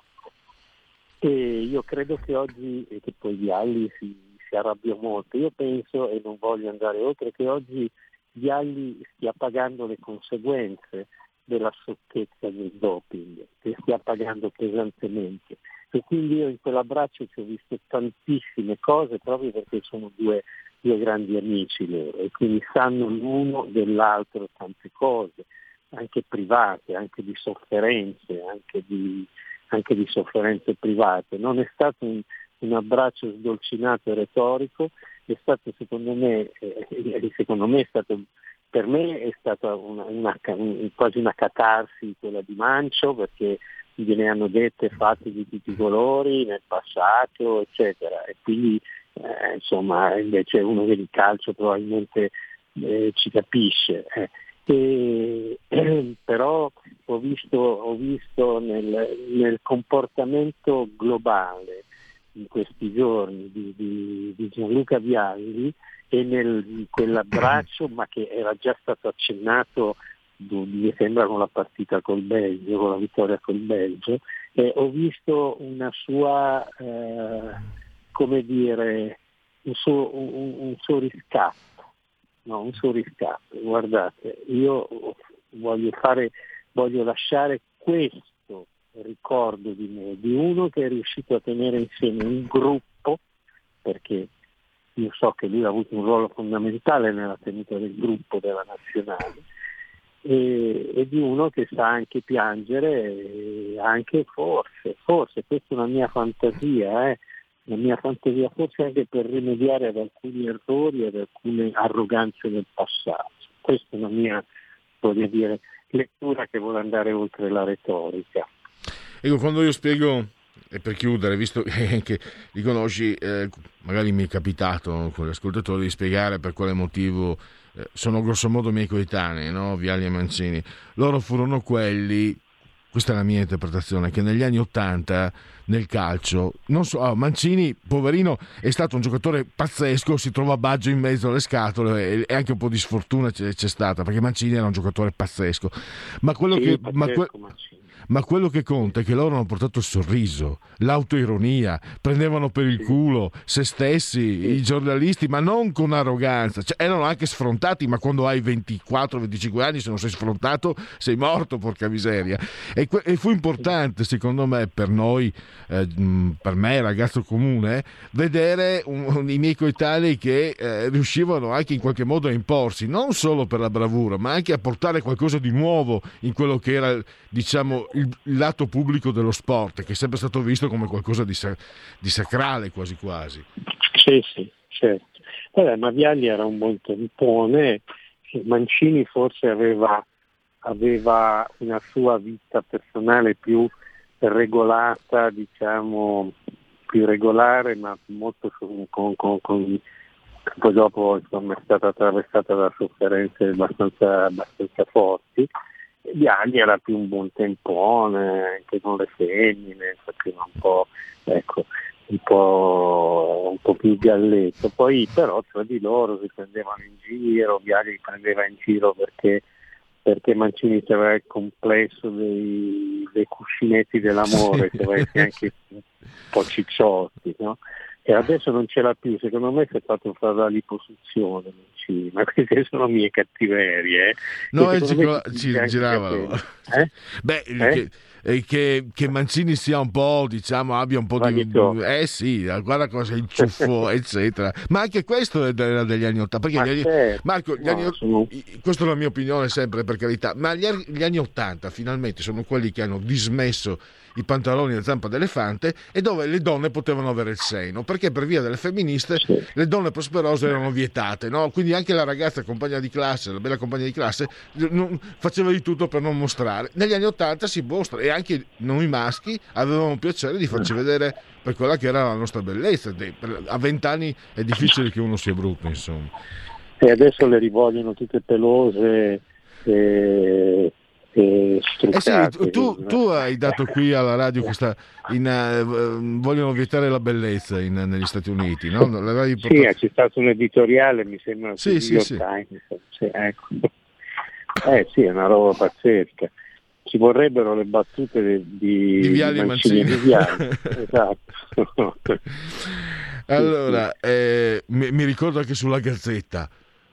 e io credo che oggi, e che poi Vialli si, si arrabbiò molto, io penso, e non voglio andare oltre, che oggi Vialli stia pagando le conseguenze della sciocchezza del doping, che stia pagando pesantemente, e quindi io in quell'abbraccio ci ho visto tantissime cose proprio perché sono due due grandi amici loro, e quindi sanno l'uno dell'altro tante cose, anche private, anche di sofferenze, anche di, anche di sofferenze private. Non è stato un, un abbraccio sdolcinato e retorico, è stato secondo me, eh, secondo me è stato, per me è stata una, una, un, quasi una catarsi quella di Mancio, perché gliene hanno dette fatte di tutti i colori nel passato, eccetera, e quindi Eh, insomma invece uno che di calcio probabilmente eh, ci capisce, eh. E, eh, però ho visto, ho visto nel, nel comportamento globale in questi giorni di, di, di Gianluca Vialli e nel, in quell'abbraccio, ma che era già stato accennato mi sembra con la partita col Belgio, con la vittoria col Belgio, eh, ho visto una sua eh, come dire, un suo, un, un suo riscatto, no, un suo riscatto. Guardate, io voglio fare, voglio lasciare questo ricordo di me, di uno che è riuscito a tenere insieme un gruppo, perché io so che lui ha avuto un ruolo fondamentale nella tenuta del gruppo della nazionale, e, e di uno che sa anche piangere, e anche forse, forse, questa è una mia fantasia, eh, la mia fantasia forse anche per rimediare ad alcuni errori, ad alcune arroganze del passato. Questa è una mia, voglio dire, lettura che vuole andare oltre la retorica. Ecco, quando io spiego, e per chiudere, visto che li conosci, eh, magari mi è capitato con gli ascoltatori di spiegare per quale motivo eh, sono grossomodo miei coetanei, no? Vialli e Mancini. Loro furono quelli, questa è la mia interpretazione, che negli anni Ottanta nel calcio, non so, oh, Mancini, poverino, è stato un giocatore pazzesco, si trova Baggio in mezzo alle scatole e, e anche un po' di sfortuna c'è, c'è stata, perché Mancini era un giocatore pazzesco. Ma quello, sì, che, pazzesco, ma que- ma quello che conta è che loro hanno portato il sorriso, l'autoironia, prendevano per il culo se stessi, i giornalisti, ma non con arroganza, cioè, erano anche sfrontati, ma quando hai ventiquattro venticinque anni, se non sei sfrontato sei morto, porca miseria. E, que- e fu importante secondo me per noi, eh, per me ragazzo comune, vedere un, un, i miei coetanei che eh, riuscivano anche in qualche modo a imporsi, non solo per la bravura, ma anche a portare qualcosa di nuovo in quello che era, diciamo, il, il lato pubblico dello sport, che è sempre stato visto come qualcosa di, sa- di sacrale quasi quasi. Sì, sì, certo. Vabbè, ma Vialli era un buon tempone, Mancini forse aveva, aveva una sua vita personale più regolata, diciamo, più regolare, ma molto con, con, con poi dopo insomma è stata attraversata da sofferenze abbastanza, abbastanza forti. Vialli era più un buon tempone, anche con le femmine, un po', ecco, un po', un po' più galletto. Poi però tra di loro si prendevano in giro, Vialli prendeva in giro perché perché Mancini aveva il complesso dei, dei cuscinetti dell'amore, sì. Che anche un po' cicciotti, no? E adesso non ce l'ha più, secondo me si è fatto fare la liposuzione Mancini, ma queste sono mie cattiverie. Eh. No, ci, ci girava. Eh? Beh, eh? eh, che, che Mancini sia un po', diciamo, abbia un po' di... Eh sì, guarda cosa il ciuffo, eccetera. Ma anche questo era degli anni ottanta. Perché gli anni... Marco, gli anni... Sono... questa è la mia opinione sempre, per carità, ma gli, gli anni ottanta finalmente sono quelli che hanno dismesso i pantaloni a zampa d'elefante e dove le donne potevano avere il seno, perché per via delle femministe sì. le donne prosperose erano vietate, no? Quindi anche la ragazza compagna di classe, la bella compagna di classe, non, faceva di tutto per non mostrare. Negli anni ottanta si mostra, e anche noi maschi avevamo piacere di farci vedere per quella che era la nostra bellezza. A vent'anni è difficile che uno sia brutto, insomma. E adesso le rivogliono tutte pelose e... Eh sì, tu, tu hai dato qui alla radio questa in, uh, vogliono vietare la bellezza in, negli Stati Uniti, no? Portato... Sì, c'è stato un editoriale, mi sembra, sì, sì, sì. Times. Sì, ecco. Eh sì, è una roba pazzesca. Ci vorrebbero le battute di, di Viali e Mancini. Mancini. Viali. Esatto. Allora, eh, mi, mi ricordo anche sulla Gazzetta,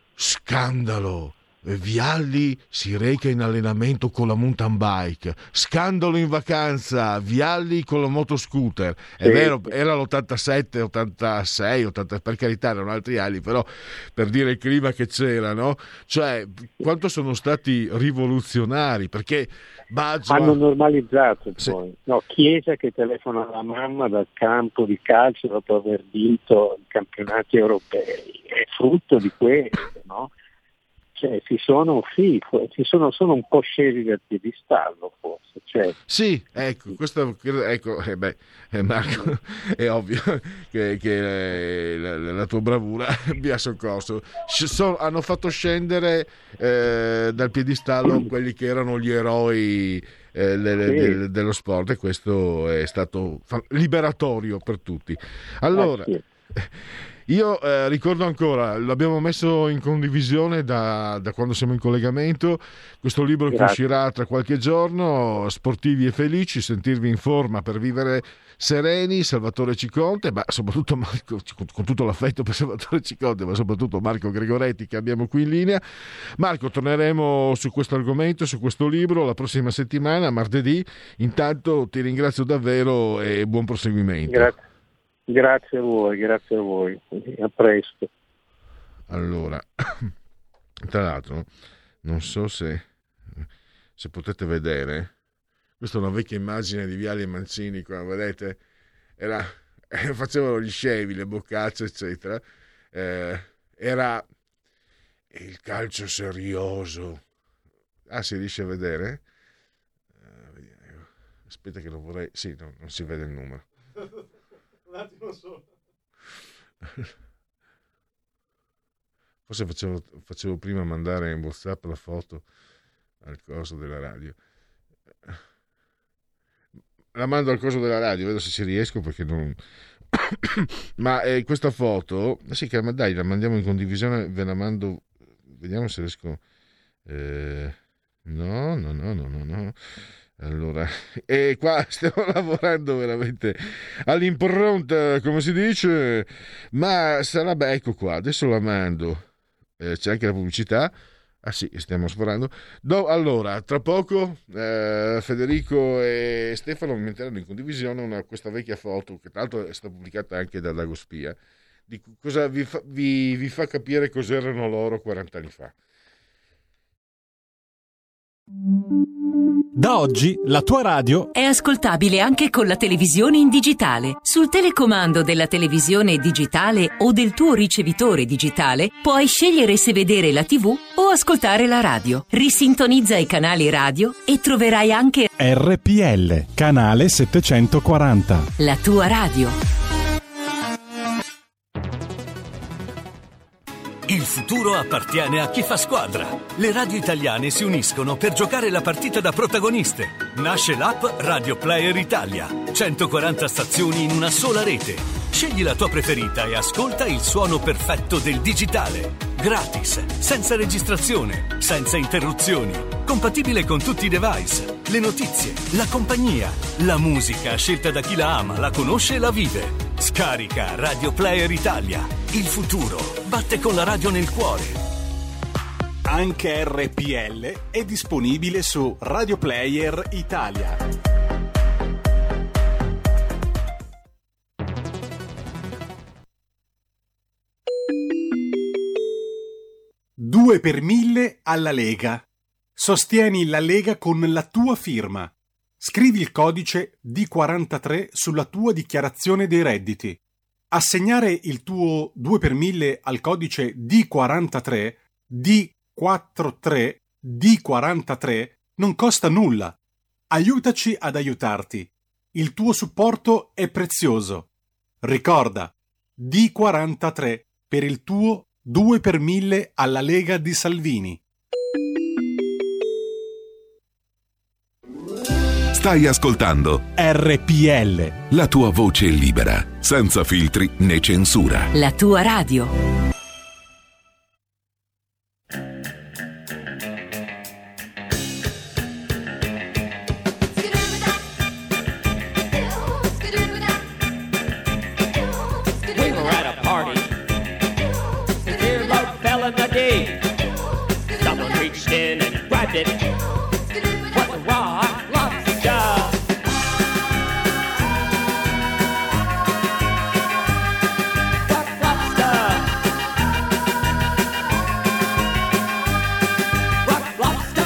scandalo. Vialli si reca in allenamento con la mountain bike, scandalo in vacanza, Vialli con la motoscooter. È sì. vero, era l'ottantasette, ottantasei, ottanta, per carità erano altri anni, però per dire il clima che c'era, no? Cioè, quanto sono stati rivoluzionari, perché Baggio... hanno normalizzato sì. poi. No, Chiesa che telefona alla mamma dal campo di calcio dopo aver vinto i campionati europei, è frutto di questo, no? Cioè, si sono, sì, si sono, sono un po' scesi dal piedistallo, forse. Cioè. Sì, ecco, questo, ecco, eh beh, eh, Marco, è ovvio che, che eh, la, la tua bravura mi ha soccorso. So, hanno fatto scendere eh, dal piedistallo quelli che erano gli eroi eh, le, le, sì. de, dello sport, e questo è stato liberatorio per tutti. Allora... Eh, sì. Io eh, ricordo ancora, l'abbiamo messo in condivisione da, da quando siamo in collegamento, questo libro Grazie. Che uscirà tra qualche giorno, Sportivi e felici, sentirvi in forma per vivere sereni, Salvatore Ciconte, ma soprattutto Marco, con tutto l'affetto per Salvatore Ciconte, ma soprattutto Marco Gregoretti che abbiamo qui in linea. Marco, torneremo su questo argomento, su questo libro la prossima settimana, martedì. Intanto ti ringrazio davvero e buon proseguimento. Grazie. Grazie a voi, grazie a voi, a presto. Allora, tra l'altro, non so se, se potete vedere, questa è una vecchia immagine di Viali e Mancini, qua, vedete, era, eh, facevano gli scevi, le boccacce, eccetera, eh, era il calcio serioso. Ah, si riesce a vedere? Eh, aspetta che lo vorrei, sì, no, non si vede il numero. Un attimo solo. Forse facevo, facevo prima mandare in WhatsApp la foto al coso della radio. La mando al coso della radio, vedo se ci riesco, perché non... Ma eh, questa foto, sì, che ma dai, la mandiamo in condivisione, ve la mando, vediamo se riesco. Eh, no, no, no, no, no, no. Allora, e qua stiamo lavorando veramente all'impronta, come si dice, ma sarebbe, ecco qua, adesso la mando, eh, c'è anche la pubblicità, ah sì, stiamo sforando. Do, allora, tra poco eh, Federico e Stefano mi metteranno in condivisione una, questa vecchia foto, che tra l'altro è stata pubblicata anche da Dago Spia, di cosa vi fa, vi, vi fa capire cos'erano loro quaranta anni fa. Da oggi la tua radio è ascoltabile anche con la televisione in digitale. Sul telecomando della televisione digitale o del tuo ricevitore digitale puoi scegliere se vedere la tivù o ascoltare la radio. Risintonizza i canali radio e troverai anche R P L, canale settecentoquaranta. La tua radio. Il futuro appartiene a chi fa squadra. Le radio italiane si uniscono per giocare la partita da protagoniste. Nasce l'app Radio Player Italia. centoquaranta stazioni in una sola rete. Scegli la tua preferita e ascolta il suono perfetto del digitale. Gratis, senza registrazione, senza interruzioni. Compatibile con tutti i device. Le notizie, la compagnia, la musica scelta da chi la ama, la conosce e la vive. Scarica Radio Player Italia. Il futuro batte con la radio nel cuore. Anche R P L è disponibile su Radio Player Italia. due per mille alla Lega. Sostieni la Lega con la tua firma. Scrivi il codice D quarantatré sulla tua dichiarazione dei redditi. Assegnare il tuo due per mille al codice D quarantatré, D quarantatré, D quarantatré non costa nulla. Aiutaci ad aiutarti. Il tuo supporto è prezioso. Ricorda, D quarantatré per il tuo due per mille alla Lega di Salvini. Stai ascoltando R P L, la tua voce libera, senza filtri né censura. La tua radio. Someone reached in and grabbed it. What a rock lobster! Rock lobster! Rock lobster!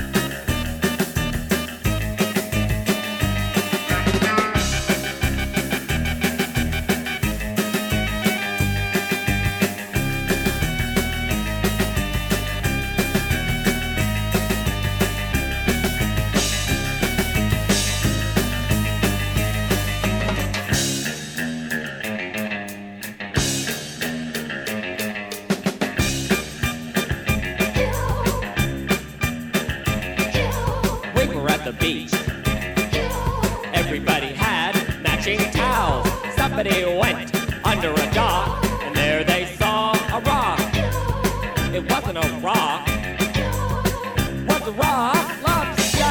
Beach. Everybody had matching towels. Somebody went under a dock, and there they saw a rock. It wasn't a rock, it was a rock lobster.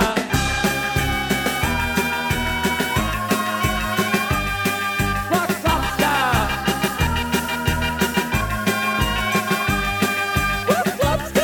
Rock lobster. Rock lobster.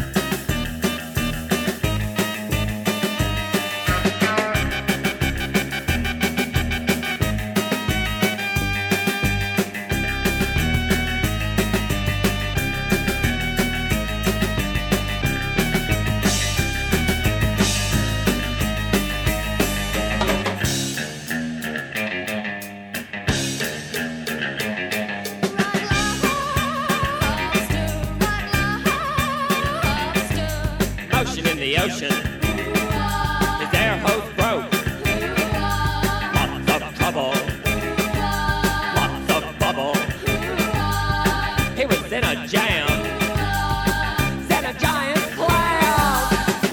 Motion in the ocean. His air hose broke. Lots of trouble. Lots of bubble. He was in a jam. Set a giant clam.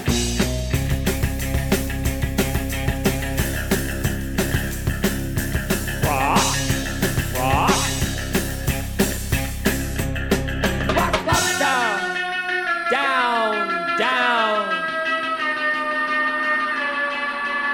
Rock. Rock. Rock lobster. Down. Down.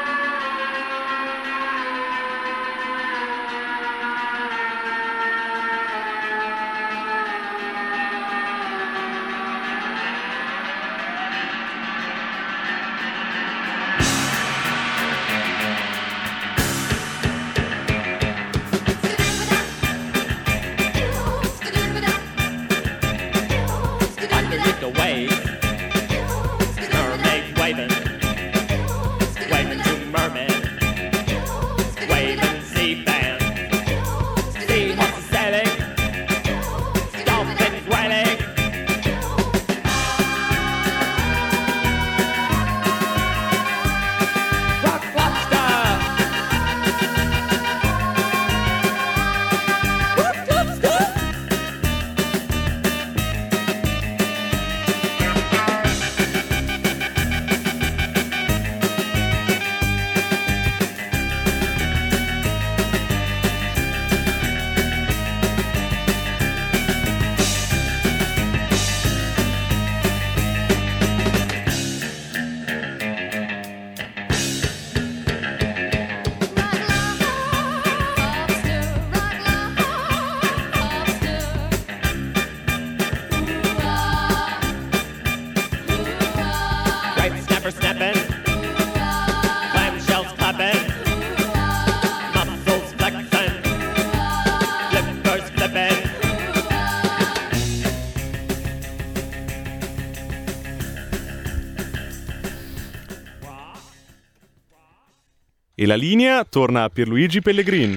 E la linea torna a Pierluigi Pellegrin.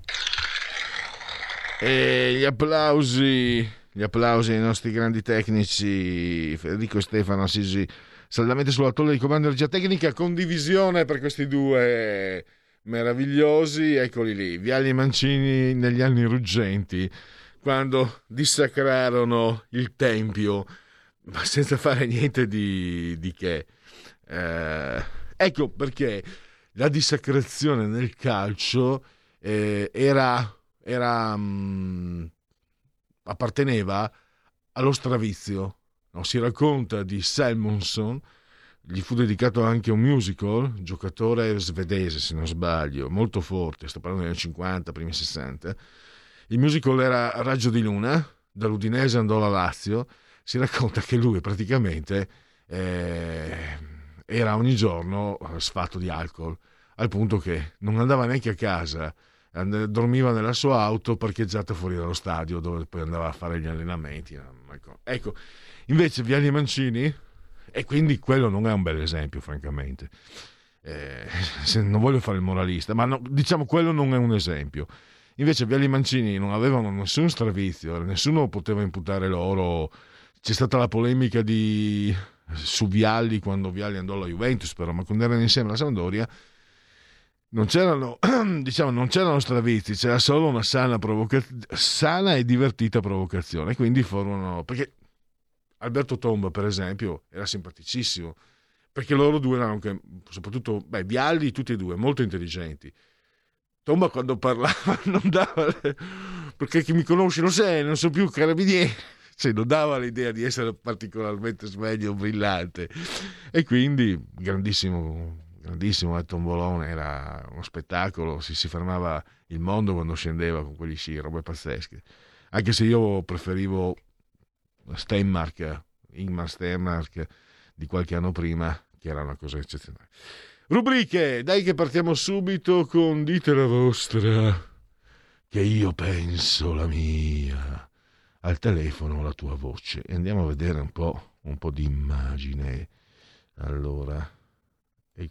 E gli applausi, gli applausi ai nostri grandi tecnici Federico e Stefano Assisi, saldamente sulla tolla di comando di regia tecnica. Condivisione per questi due meravigliosi, eccoli lì, Vialli e Mancini negli anni ruggenti, quando dissacrarono il tempio, ma senza fare niente di, di che. Eh, ecco perché la dissacrazione nel calcio eh, era, era mh, apparteneva allo stravizio. No, si racconta di Salmonson, gli fu dedicato anche un musical, giocatore svedese se non sbaglio, molto forte, sto parlando degli anni cinquanta, primi sessanta. Il musical era Raggio di Luna, dall'Udinese andò alla Lazio. Si racconta che lui praticamente eh, era ogni giorno sfatto di alcol, al punto che non andava neanche a casa, dormiva nella sua auto parcheggiata fuori dallo stadio dove poi andava a fare gli allenamenti. Ecco, ecco. Invece Vialli e Mancini, e quindi quello non è un bel esempio francamente, eh, se non voglio fare il moralista, ma no, diciamo quello non è un esempio. Invece Vialli e Mancini non avevano nessun stravizio, nessuno poteva imputare loro. C'è stata la polemica di su Vialli quando Vialli andò alla Juventus, però, ma quando erano insieme alla Sampdoria non c'erano, diciamo, non c'erano stravizi, c'era solo una sana, provoca- sana e divertita provocazione. Quindi furono, perché Alberto Tomba, per esempio, era simpaticissimo, perché loro due erano anche, soprattutto, beh, Vialli, tutti e due, molto intelligenti. Tomba quando parlava non dava, perché chi mi conosce lo sa, non so più carabinieri, cioè non dava l'idea di essere particolarmente sveglio o brillante. E quindi grandissimo, grandissimo eh, Tombolone, era uno spettacolo, si, si fermava il mondo quando scendeva con quegli sci, robe pazzesche. Anche se io preferivo Stenmark, Ingmar Stenmark di qualche anno prima, che era una cosa eccezionale. Rubriche, dai che partiamo subito con dite la vostra, che io penso la mia. Al telefono la tua voce, e andiamo a vedere un po', un po' di immagine. Allora, e...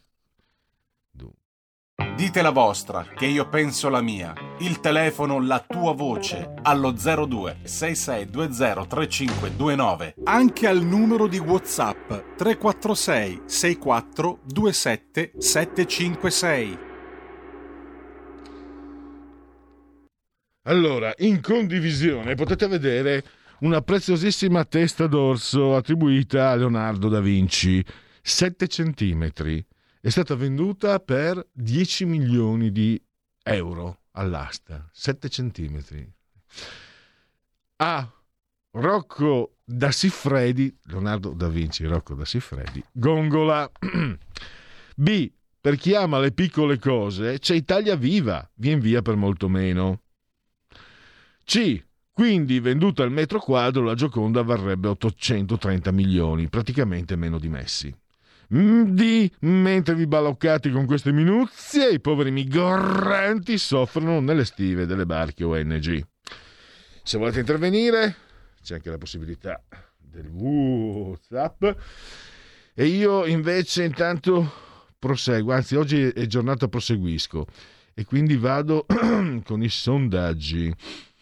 dite la vostra, che io penso la mia. Il telefono, la tua voce, allo zero due sei sei due zero tre cinque due nove. Anche al numero di WhatsApp tre quattro sei sei quattro due sette sette cinque sei. Allora, in condivisione potete vedere una preziosissima testa d'orso attribuita a Leonardo da Vinci, sette centimetri. È stata venduta per dieci milioni di euro all'asta, sette centimetri. A. Rocco da Siffredi, Leonardo da Vinci, Rocco da Siffredi, Gongola. B. Per chi ama le piccole cose, c'è Italia Viva, vien via per molto meno. C. Quindi venduta al metro quadro la Gioconda varrebbe ottocentotrenta milioni, praticamente meno di Messi. D. Mentre vi baloccate con queste minuzie, i poveri migranti soffrono nelle stive delle barche O N G. Se volete intervenire, c'è anche la possibilità del WhatsApp. E io invece intanto proseguo, anzi oggi è giornata proseguisco, e quindi vado con i sondaggi.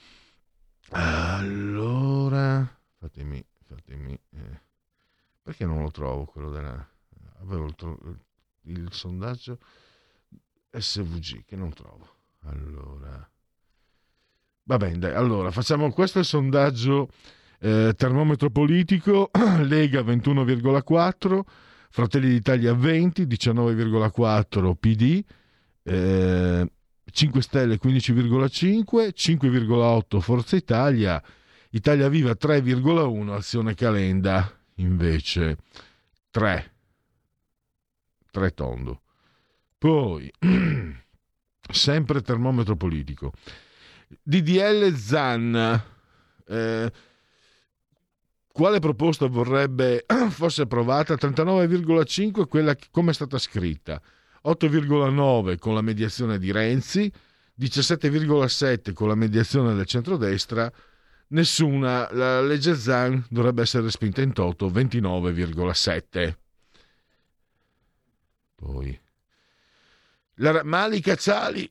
Allora, fatemi, fatemi eh, perché non lo trovo quello della, avevo il, tro... il sondaggio S V G che non trovo. Allora, va bene, dai, allora facciamo, questo è il sondaggio eh, termometro politico. Lega ventuno virgola quattro, Fratelli d'Italia venti, diciannove virgola quattro P D, eh, cinque Stelle quindici virgola cinque, cinque virgola otto Forza Italia, Italia Viva tre virgola uno, Azione Calenda invece tre, tre tondo. Poi sempre termometro politico, D D L Zan, eh, quale proposta vorrebbe fosse approvata? trentanove virgola cinque quella che, come è stata scritta, otto virgola nove con la mediazione di Renzi, diciassette virgola sette con la mediazione del centrodestra, nessuna, la legge Zan dovrebbe essere respinta in toto, ventinove virgola sette. Poi La Malika Ciali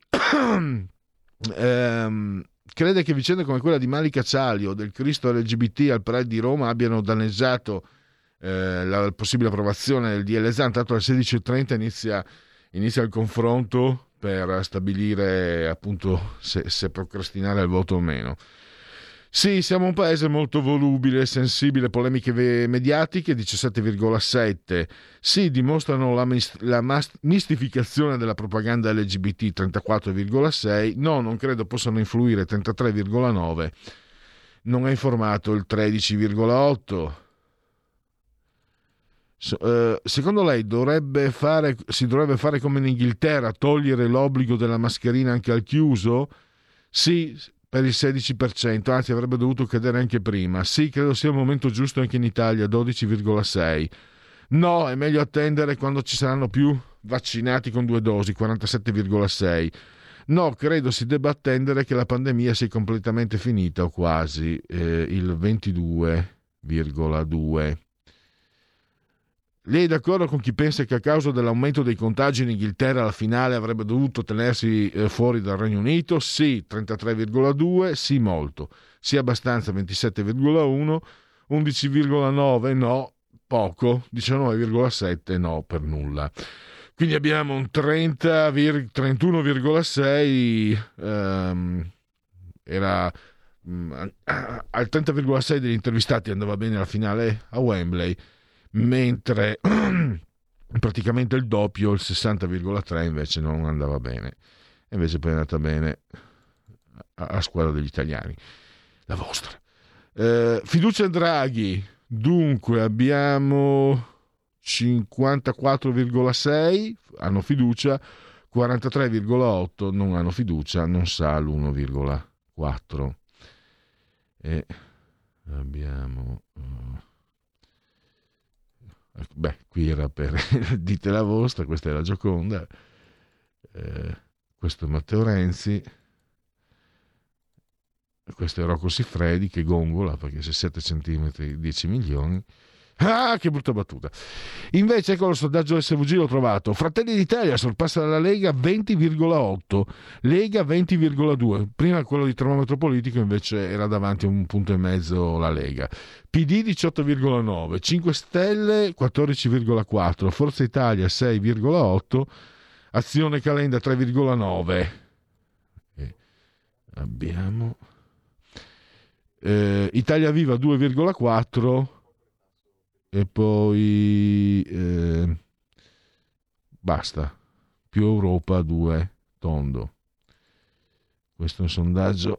ehm, crede che vicende come quella di Malika Ciali o del Cristo L G B T al Pride di Roma abbiano danneggiato eh, la possibile approvazione del D L Zan. Tanto alle sedici e trenta inizia, inizia il confronto per stabilire appunto se, se procrastinare il voto o meno. Sì, siamo un paese molto volubile, sensibile, polemiche mediatiche, diciassette virgola sette. Sì, dimostrano la, mist- la mas- mistificazione della propaganda L G B T, trentaquattro virgola sei. No, non credo possano influire, trentatré virgola nove. Non è informato il tredici virgola otto. So, eh, secondo lei dovrebbe fare, si dovrebbe fare come in Inghilterra, togliere l'obbligo della mascherina anche al chiuso? Sì, per il sedici per cento, anzi avrebbe dovuto cadere anche prima. Sì, credo sia il momento giusto anche in Italia, dodici virgola sei. No, è meglio attendere quando ci saranno più vaccinati con due dosi, quarantasette virgola sei. No, credo si debba attendere che la pandemia sia completamente finita o quasi, eh, il ventidue virgola due. Lei è d'accordo con chi pensa che a causa dell'aumento dei contagi in Inghilterra la finale avrebbe dovuto tenersi eh, fuori dal Regno Unito? Sì, trentatré virgola due, sì molto, sì abbastanza, ventisette virgola uno, undici virgola nove no, poco, diciannove virgola sette no, per nulla. Quindi abbiamo un trenta, trentuno virgola sei, ehm, era mh, al trenta virgola sei degli intervistati andava bene la finale a Wembley, mentre praticamente il doppio, il sessanta virgola tre invece non andava bene, e invece poi è andata bene a, a squadra degli italiani, la vostra. Eh, fiducia Draghi, dunque abbiamo cinquantaquattro virgola sei hanno fiducia, quarantatré virgola otto non hanno fiducia, non sa l'uno virgola quattro. E abbiamo uh, beh, qui era per dite la vostra, questa è la Gioconda, eh, questo è Matteo Renzi, questo è Rocco Siffredi che gongola perché se sette centimetri dieci milioni. Ah, che brutta battuta. Invece ecco lo sondaggio S V G, l'ho trovato. Fratelli d'Italia sorpassa la Lega venti virgola otto, Lega venti virgola due. Prima quello di termometro politico invece era davanti a un punto e mezzo la Lega. P D diciotto virgola nove, cinque Stelle quattordici virgola quattro, Forza Italia sei virgola otto, Azione Calenda tre virgola nove. E abbiamo eh, Italia Viva due virgola quattro. E poi eh, basta, più Europa due tondo. Questo è un sondaggio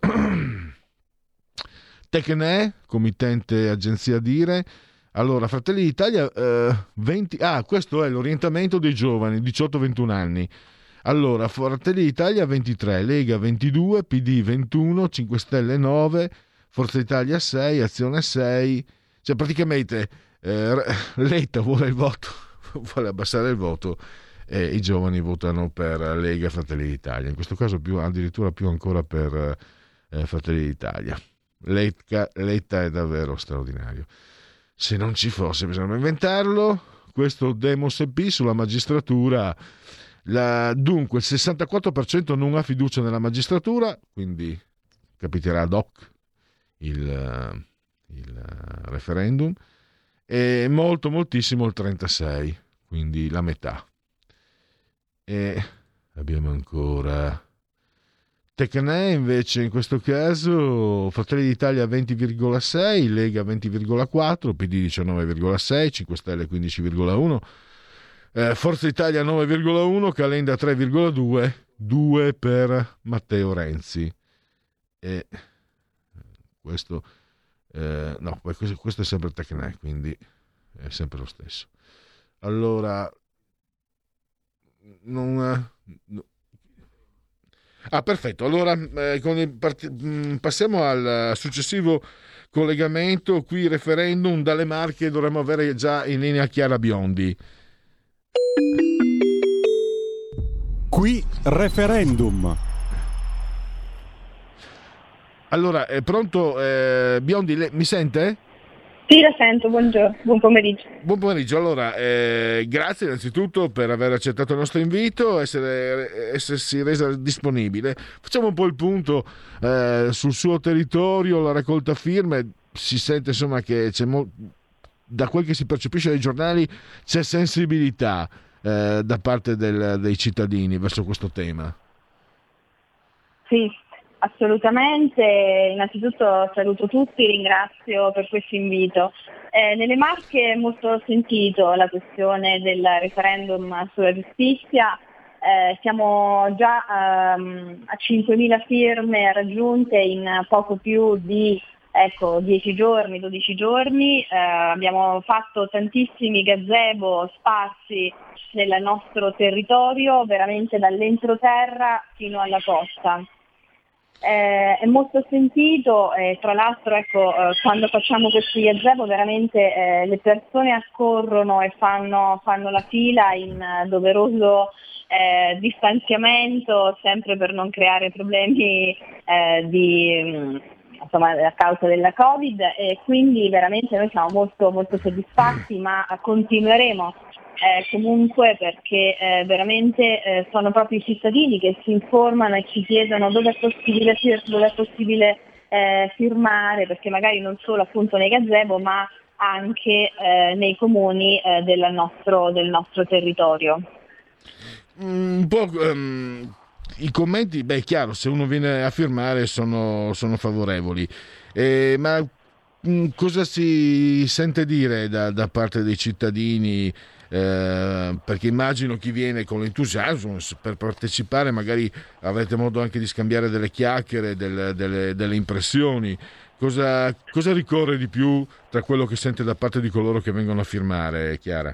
Tecne, committente agenzia Dire. Allora, Fratelli d'Italia eh, venti, ah, questo è l'orientamento dei giovani diciotto ventuno anni. Allora, Fratelli d'Italia ventitré, Lega ventidue, P D ventuno, cinque Stelle nove, Forza Italia sei, Azione sei. Cioè praticamente Eh, Letta vuole il voto, vuole abbassare il voto e i giovani votano per Lega e Fratelli d'Italia, in questo caso più, addirittura più ancora per eh, Fratelli d'Italia. Letta, Letta è davvero straordinario, se non ci fosse bisogna inventarlo. Questo Demos E P sulla magistratura, la, dunque il sessantaquattro per cento non ha fiducia nella magistratura, quindi capiterà ad hoc il, il referendum, e molto moltissimo il trentasei, quindi la metà. E abbiamo ancora Tecne invece in questo caso, Fratelli d'Italia venti virgola sei, Lega venti virgola quattro, P D diciannove virgola sei, cinque Stelle quindici virgola uno, eh, Forza Italia nove virgola uno, Calenda tre virgola due, due per Matteo Renzi. E questo Eh, no, questo, questo è sempre Tecne, quindi è sempre lo stesso. Allora, non, no. Ah, perfetto. Allora, eh, con il part... passiamo al successivo collegamento. Qui referendum dalle Marche, dovremmo avere già in linea Chiara Biondi. Qui referendum. Allora, è pronto eh, Biondi, le, mi sente? Sì, la sento, buongiorno, buon pomeriggio. Buon pomeriggio, allora eh, grazie innanzitutto per aver accettato il nostro invito, essere, essersi resa disponibile. Facciamo un po' il punto eh, sul suo territorio, la raccolta firme, si sente insomma che c'è mo- da quel che si percepisce dai giornali c'è sensibilità eh, da parte del, dei cittadini verso questo tema. Sì, assolutamente. Innanzitutto saluto tutti, ringrazio per questo invito. Eh, nelle Marche è molto sentito la questione del referendum sulla giustizia. Eh, siamo già um, a cinquemila firme raggiunte in poco più di ecco, dieci giorni, dodici giorni. Eh, abbiamo fatto tantissimi gazebo sparsi nel nostro territorio, veramente dall'entroterra fino alla costa. Eh, è molto sentito e tra l'altro ecco, eh, quando facciamo questi gazebo veramente eh, le persone accorrono e fanno, fanno la fila in uh, doveroso eh, distanziamento, sempre per non creare problemi eh, di, mh, insomma, a causa della Covid, e quindi veramente noi siamo molto, molto soddisfatti, ma continueremo Eh, comunque perché eh, veramente eh, sono proprio i cittadini che si informano e ci chiedono dove è possibile, dove è possibile eh, firmare, perché magari non solo appunto nei gazebo ma anche eh, nei comuni eh, del, nostro, del nostro territorio. Un po' um, i commenti, beh è chiaro, se uno viene a firmare sono, sono favorevoli, eh, ma mh, cosa si sente dire da, da parte dei cittadini? Eh, perché immagino chi viene con l'entusiasmo per partecipare, magari avrete modo anche di scambiare delle chiacchiere, delle, delle, delle impressioni. Cosa, cosa ricorre di più tra quello che sente da parte di coloro che vengono a firmare, Chiara?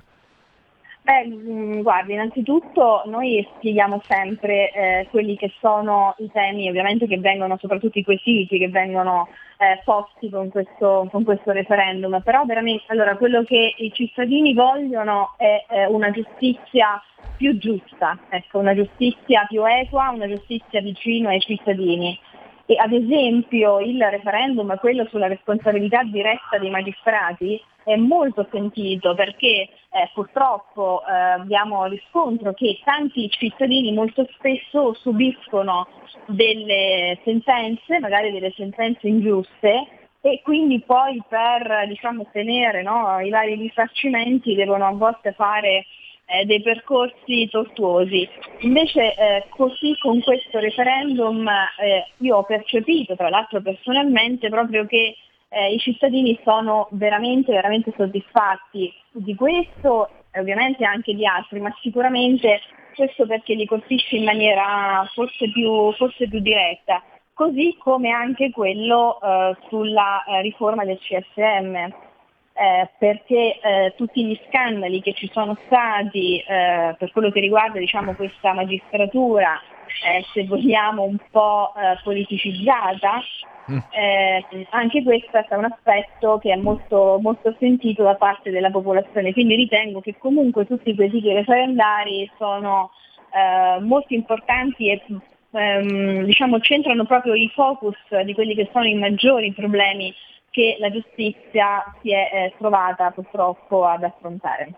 Beh, guardi, innanzitutto noi spieghiamo sempre eh, quelli che sono i temi, ovviamente che vengono, soprattutto i quesiti che vengono eh, posti con questo, con questo referendum, però veramente allora quello che i cittadini vogliono è eh, una giustizia più giusta, ecco, una giustizia più equa, una giustizia vicino ai cittadini. E ad esempio il referendum, quello sulla responsabilità diretta dei magistrati, è molto sentito perché eh, purtroppo eh, abbiamo riscontro che tanti cittadini molto spesso subiscono delle sentenze, magari delle sentenze ingiuste, e quindi poi per diciamo ottenere no, i vari risarcimenti devono a volte fare eh, dei percorsi tortuosi. Invece eh, così con questo referendum eh, io ho percepito, tra l'altro personalmente, proprio che Eh, i cittadini sono veramente, veramente soddisfatti di questo e ovviamente anche di altri, ma sicuramente questo perché li colpisce in maniera forse più, forse più diretta, così come anche quello eh, sulla eh, riforma del C S M, eh, perché eh, tutti gli scandali che ci sono stati eh, per quello che riguarda diciamo, questa magistratura, eh, se vogliamo un po' eh, politicizzata, Eh, anche questo è un aspetto che è molto, molto sentito da parte della popolazione, quindi ritengo che comunque tutti i quesiti referendari sono eh, molto importanti e ehm, diciamo centrano proprio i focus di quelli che sono i maggiori problemi che la giustizia si è eh, trovata purtroppo ad affrontare.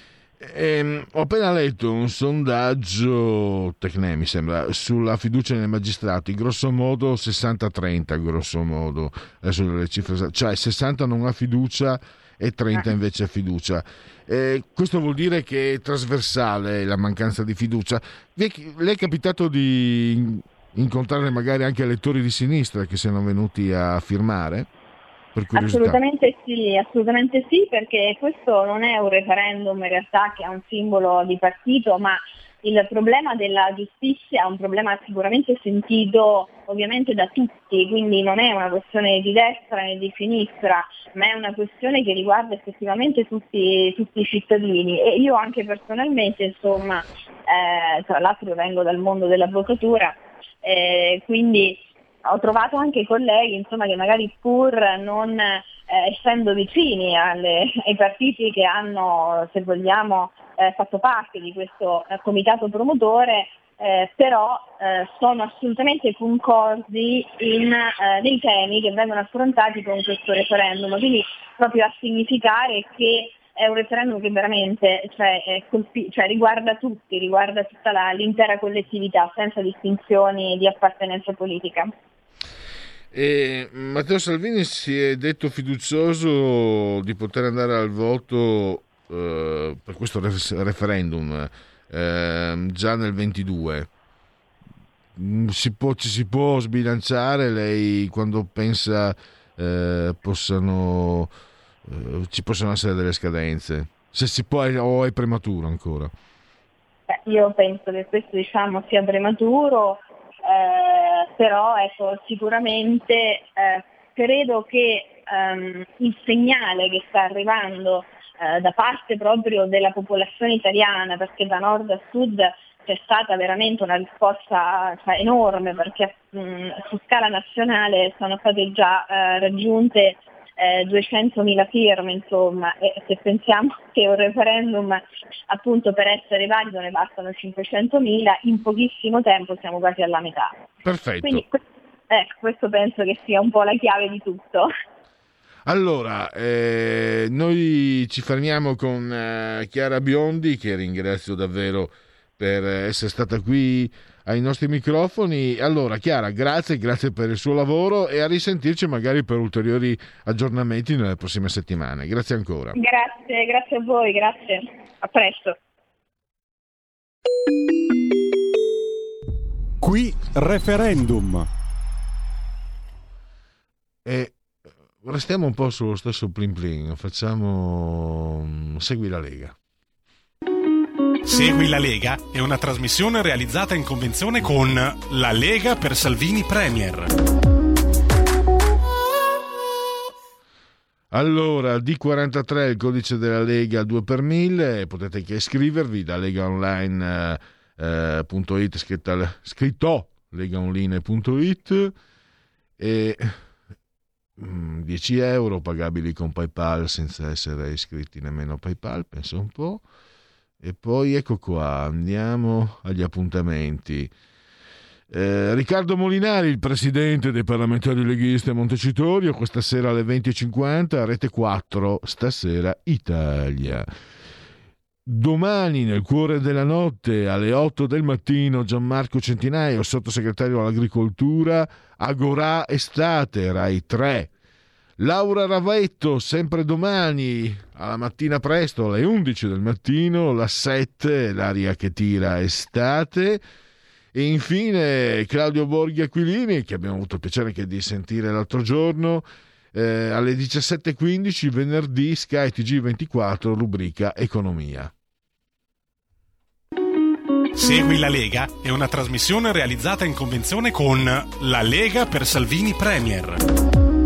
Eh, ho appena letto un sondaggio Tecne, mi sembra, sulla fiducia nei magistrati, grosso modo sessanta trenta, grosso modo, adesso le cifre, cioè sessanta non ha fiducia e trenta invece fiducia. Eh, questo vuol dire che è trasversale la mancanza di fiducia. Le è capitato di incontrare magari anche elettori di sinistra che siano venuti a firmare? Per assolutamente sì, assolutamente sì, perché questo non è un referendum in realtà che ha un simbolo di partito, ma il problema della giustizia è un problema sicuramente sentito ovviamente da tutti, quindi non è una questione di destra né di sinistra, ma è una questione che riguarda effettivamente tutti, tutti i cittadini. E io anche personalmente, insomma, eh, tra l'altro vengo dal mondo dell'avvocatura, eh, quindi ho trovato anche colleghi insomma, che magari pur non eh, essendo vicini alle, ai partiti che hanno, se vogliamo, eh, fatto parte di questo eh, comitato promotore, eh, però eh, sono assolutamente concordi in, eh, nei temi che vengono affrontati con questo referendum, quindi proprio a significare che è un referendum che veramente cioè, è colpi- cioè, riguarda tutti, riguarda tutta la, l'intera collettività, senza distinzioni di appartenenza politica. E Matteo Salvini si è detto fiducioso di poter andare al voto eh, per questo referendum eh, già nel ventidue. Si può, ci si può sbilanciare lei quando pensa eh, possano eh, ci possono essere delle scadenze, se si può, o è prematuro ancora? Beh, io penso che questo diciamo sia prematuro, eh, però ecco, sicuramente eh, credo che ehm, il segnale che sta arrivando eh, da parte proprio della popolazione italiana, perché da nord a sud c'è stata veramente una risposta cioè, enorme, perché mh, su scala nazionale sono state già eh, raggiunte eh, duecentomila firme, insomma, e se pensiamo che un referendum appunto per essere valido ne bastano cinquecentomila, in pochissimo tempo siamo quasi alla metà. Perfetto. Quindi ecco, questo penso che sia un po' la chiave di tutto. Allora, eh, noi ci fermiamo con eh, Chiara Biondi, che ringrazio davvero per essere stata qui ai nostri microfoni. Allora Chiara, grazie, grazie per il suo lavoro e a risentirci magari per ulteriori aggiornamenti nelle prossime settimane. Grazie ancora. Grazie, grazie a voi, grazie. A presto. Qui referendum. E restiamo un po' sullo stesso plin plin, facciamo Segui la Lega. Segui la Lega è una trasmissione realizzata in convenzione con La Lega per Salvini Premier. Allora, D quarantatré il codice della Lega due per mille, potete anche iscrivervi da legaonline punto it, scritto, scritto legaonline punto it, e dieci euro pagabili con PayPal senza essere iscritti nemmeno a PayPal, penso un po'. E poi ecco qua, andiamo agli appuntamenti. Eh, Riccardo Molinari, il presidente dei parlamentari leghisti a Montecitorio, questa sera alle venti e cinquanta, Rete quattro, Stasera Italia. Domani, nel cuore della notte, alle otto del mattino, Gianmarco Centinaio, sottosegretario all'agricoltura, Agorà Estate, Rai tre. Laura Ravetto, sempre domani, alla mattina presto, alle undici del mattino, la sette, l'aria che tira estate. E infine Claudio Borghi Aquilini, che abbiamo avuto il piacere anche di sentire l'altro giorno, eh, alle diciassette e quindici, venerdì, Sky T G ventiquattro, rubrica Economia. Segui la Lega è una trasmissione realizzata in convenzione con La Lega per Salvini Premier.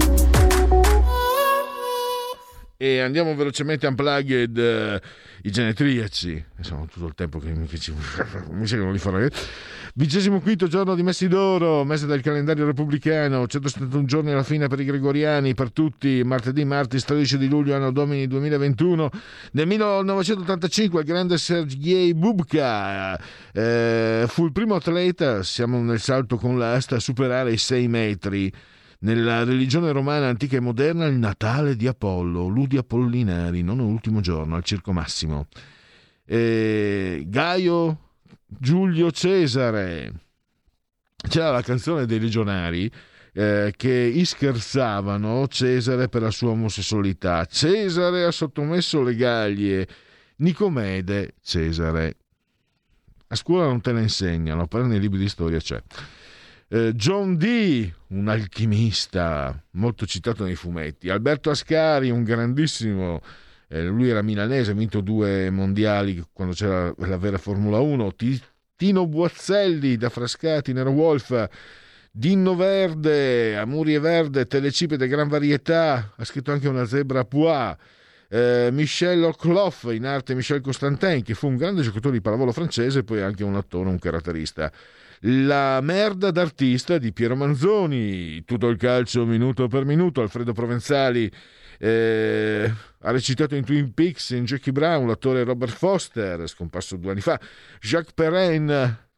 E andiamo velocemente a Unplugged, uh, i genetriaci, insomma tutto il tempo che mi facevo, mi seguono di fare. Vigesimo quinto giorno di Messi d'Oro, mese del calendario repubblicano, centosettantuno giorni alla fine per i gregoriani, per tutti, martedì, martis tredici di luglio, anno domini duemilaventuno. Nel millenovecentottantacinque il grande Sergej Bubka eh, fu il primo atleta, siamo nel salto con l'asta, a superare i sei metri. Nella religione romana antica e moderna il Natale di Apollo, ludi apollinari, non l'ultimo giorno, al Circo Massimo. E Gaio Giulio Cesare. C'era la canzone dei legionari eh, che scherzavano Cesare per la sua omosessualità. Cesare ha sottomesso le Gallie, Nicomede Cesare. A scuola non te ne insegnano, però nei libri di storia c'è. John Dee, un alchimista molto citato nei fumetti. Alberto Ascari, un grandissimo, eh, lui era milanese, ha vinto due mondiali quando c'era la vera Formula uno. T- Tino Buazzelli da Frascati, Nero Wolf. Dinno Verde, Amurie Verde, Telecipede Gran Varietà, ha scritto anche Una zebra a Poix. Eh, Michel Ocloff, in arte Michel Constantin, che fu un grande giocatore di pallavolo francese e poi anche un attore, un caratterista. La merda d'artista di Piero Manzoni, tutto il calcio minuto per minuto. Alfredo Provenzali eh, ha recitato in Twin Peaks in Jackie Brown l'attore Robert Foster, scomparso due anni fa. Jacques Perrin,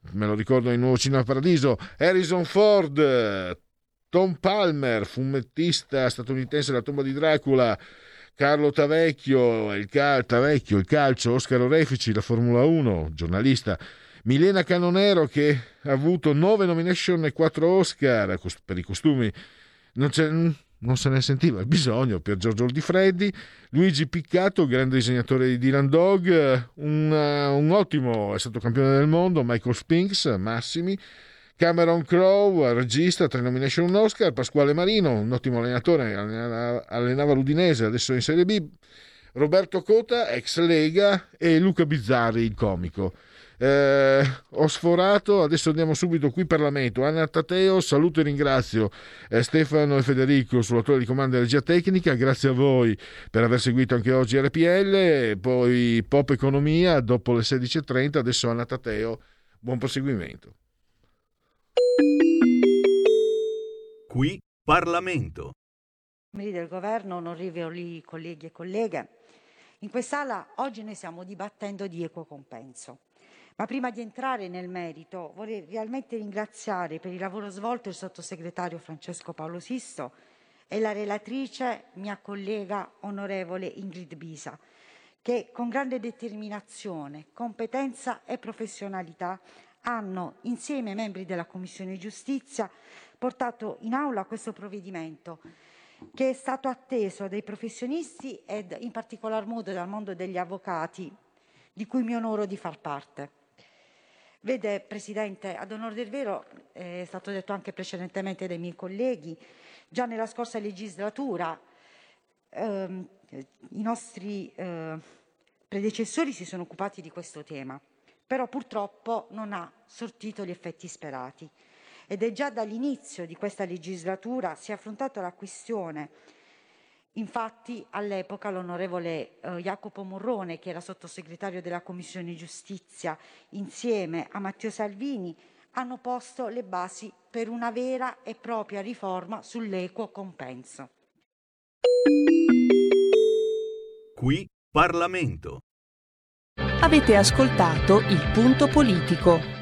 me lo ricordo in Nuovo Cinema Paradiso, Harrison Ford, Tom Palmer, fumettista statunitense La tomba di Dracula, Carlo Tavecchio, il, cal- Tavecchio, il calcio, Oscar Orefici, la Formula uno, giornalista, Milena Canonero che ha avuto nove nomination e quattro Oscar per i costumi, non, c'è, non se ne sentiva il bisogno, per Giorgio Olifreddi, Luigi Piccato, grande disegnatore di Dylan Dog, un, un ottimo, è stato campione del mondo, Michael Spinks, Massimi, Cameron Crowe, regista, tre nomination, un Oscar, Pasquale Marino, un ottimo allenatore, allenava l'Udinese, adesso è in Serie B, Roberto Cota, ex Lega, e Luca Bizzarri, il comico. Eh, ho sforato, adesso andiamo subito qui Parlamento. Anna Tateo, saluto e ringrazio eh, Stefano e Federico sulla torre di comando e regia tecnica, grazie a voi per aver seguito anche oggi R P L, poi Pop Economia dopo le sedici e trenta, adesso Anna Tateo, buon proseguimento. Qui Parlamento. Membri del governo, onorevoli colleghi e colleghe, in quest'Aula oggi noi stiamo dibattendo di equo compenso. Ma prima di entrare nel merito vorrei realmente ringraziare per il lavoro svolto il sottosegretario Francesco Paolo Sisto e la relatrice, mia collega onorevole Ingrid Bisa, che con grande determinazione, competenza e professionalità hanno, insieme ai membri della Commissione Giustizia, portato in aula questo provvedimento che è stato atteso dai professionisti ed in particolar modo dal mondo degli avvocati, di cui mi onoro di far parte. Vede, Presidente, ad onor del vero, è stato detto anche precedentemente dai miei colleghi, già nella scorsa legislatura ehm, i nostri eh, predecessori si sono occupati di questo tema, però purtroppo non ha sortito gli effetti sperati. Ed è già dall'inizio di questa legislatura si è affrontata la questione. Infatti all'epoca l'onorevole eh, Jacopo Morrone, che era sottosegretario della Commissione Giustizia, insieme a Matteo Salvini, hanno posto le basi per una vera e propria riforma sull'equo compenso. Qui Parlamento. Avete ascoltato Il Punto Politico.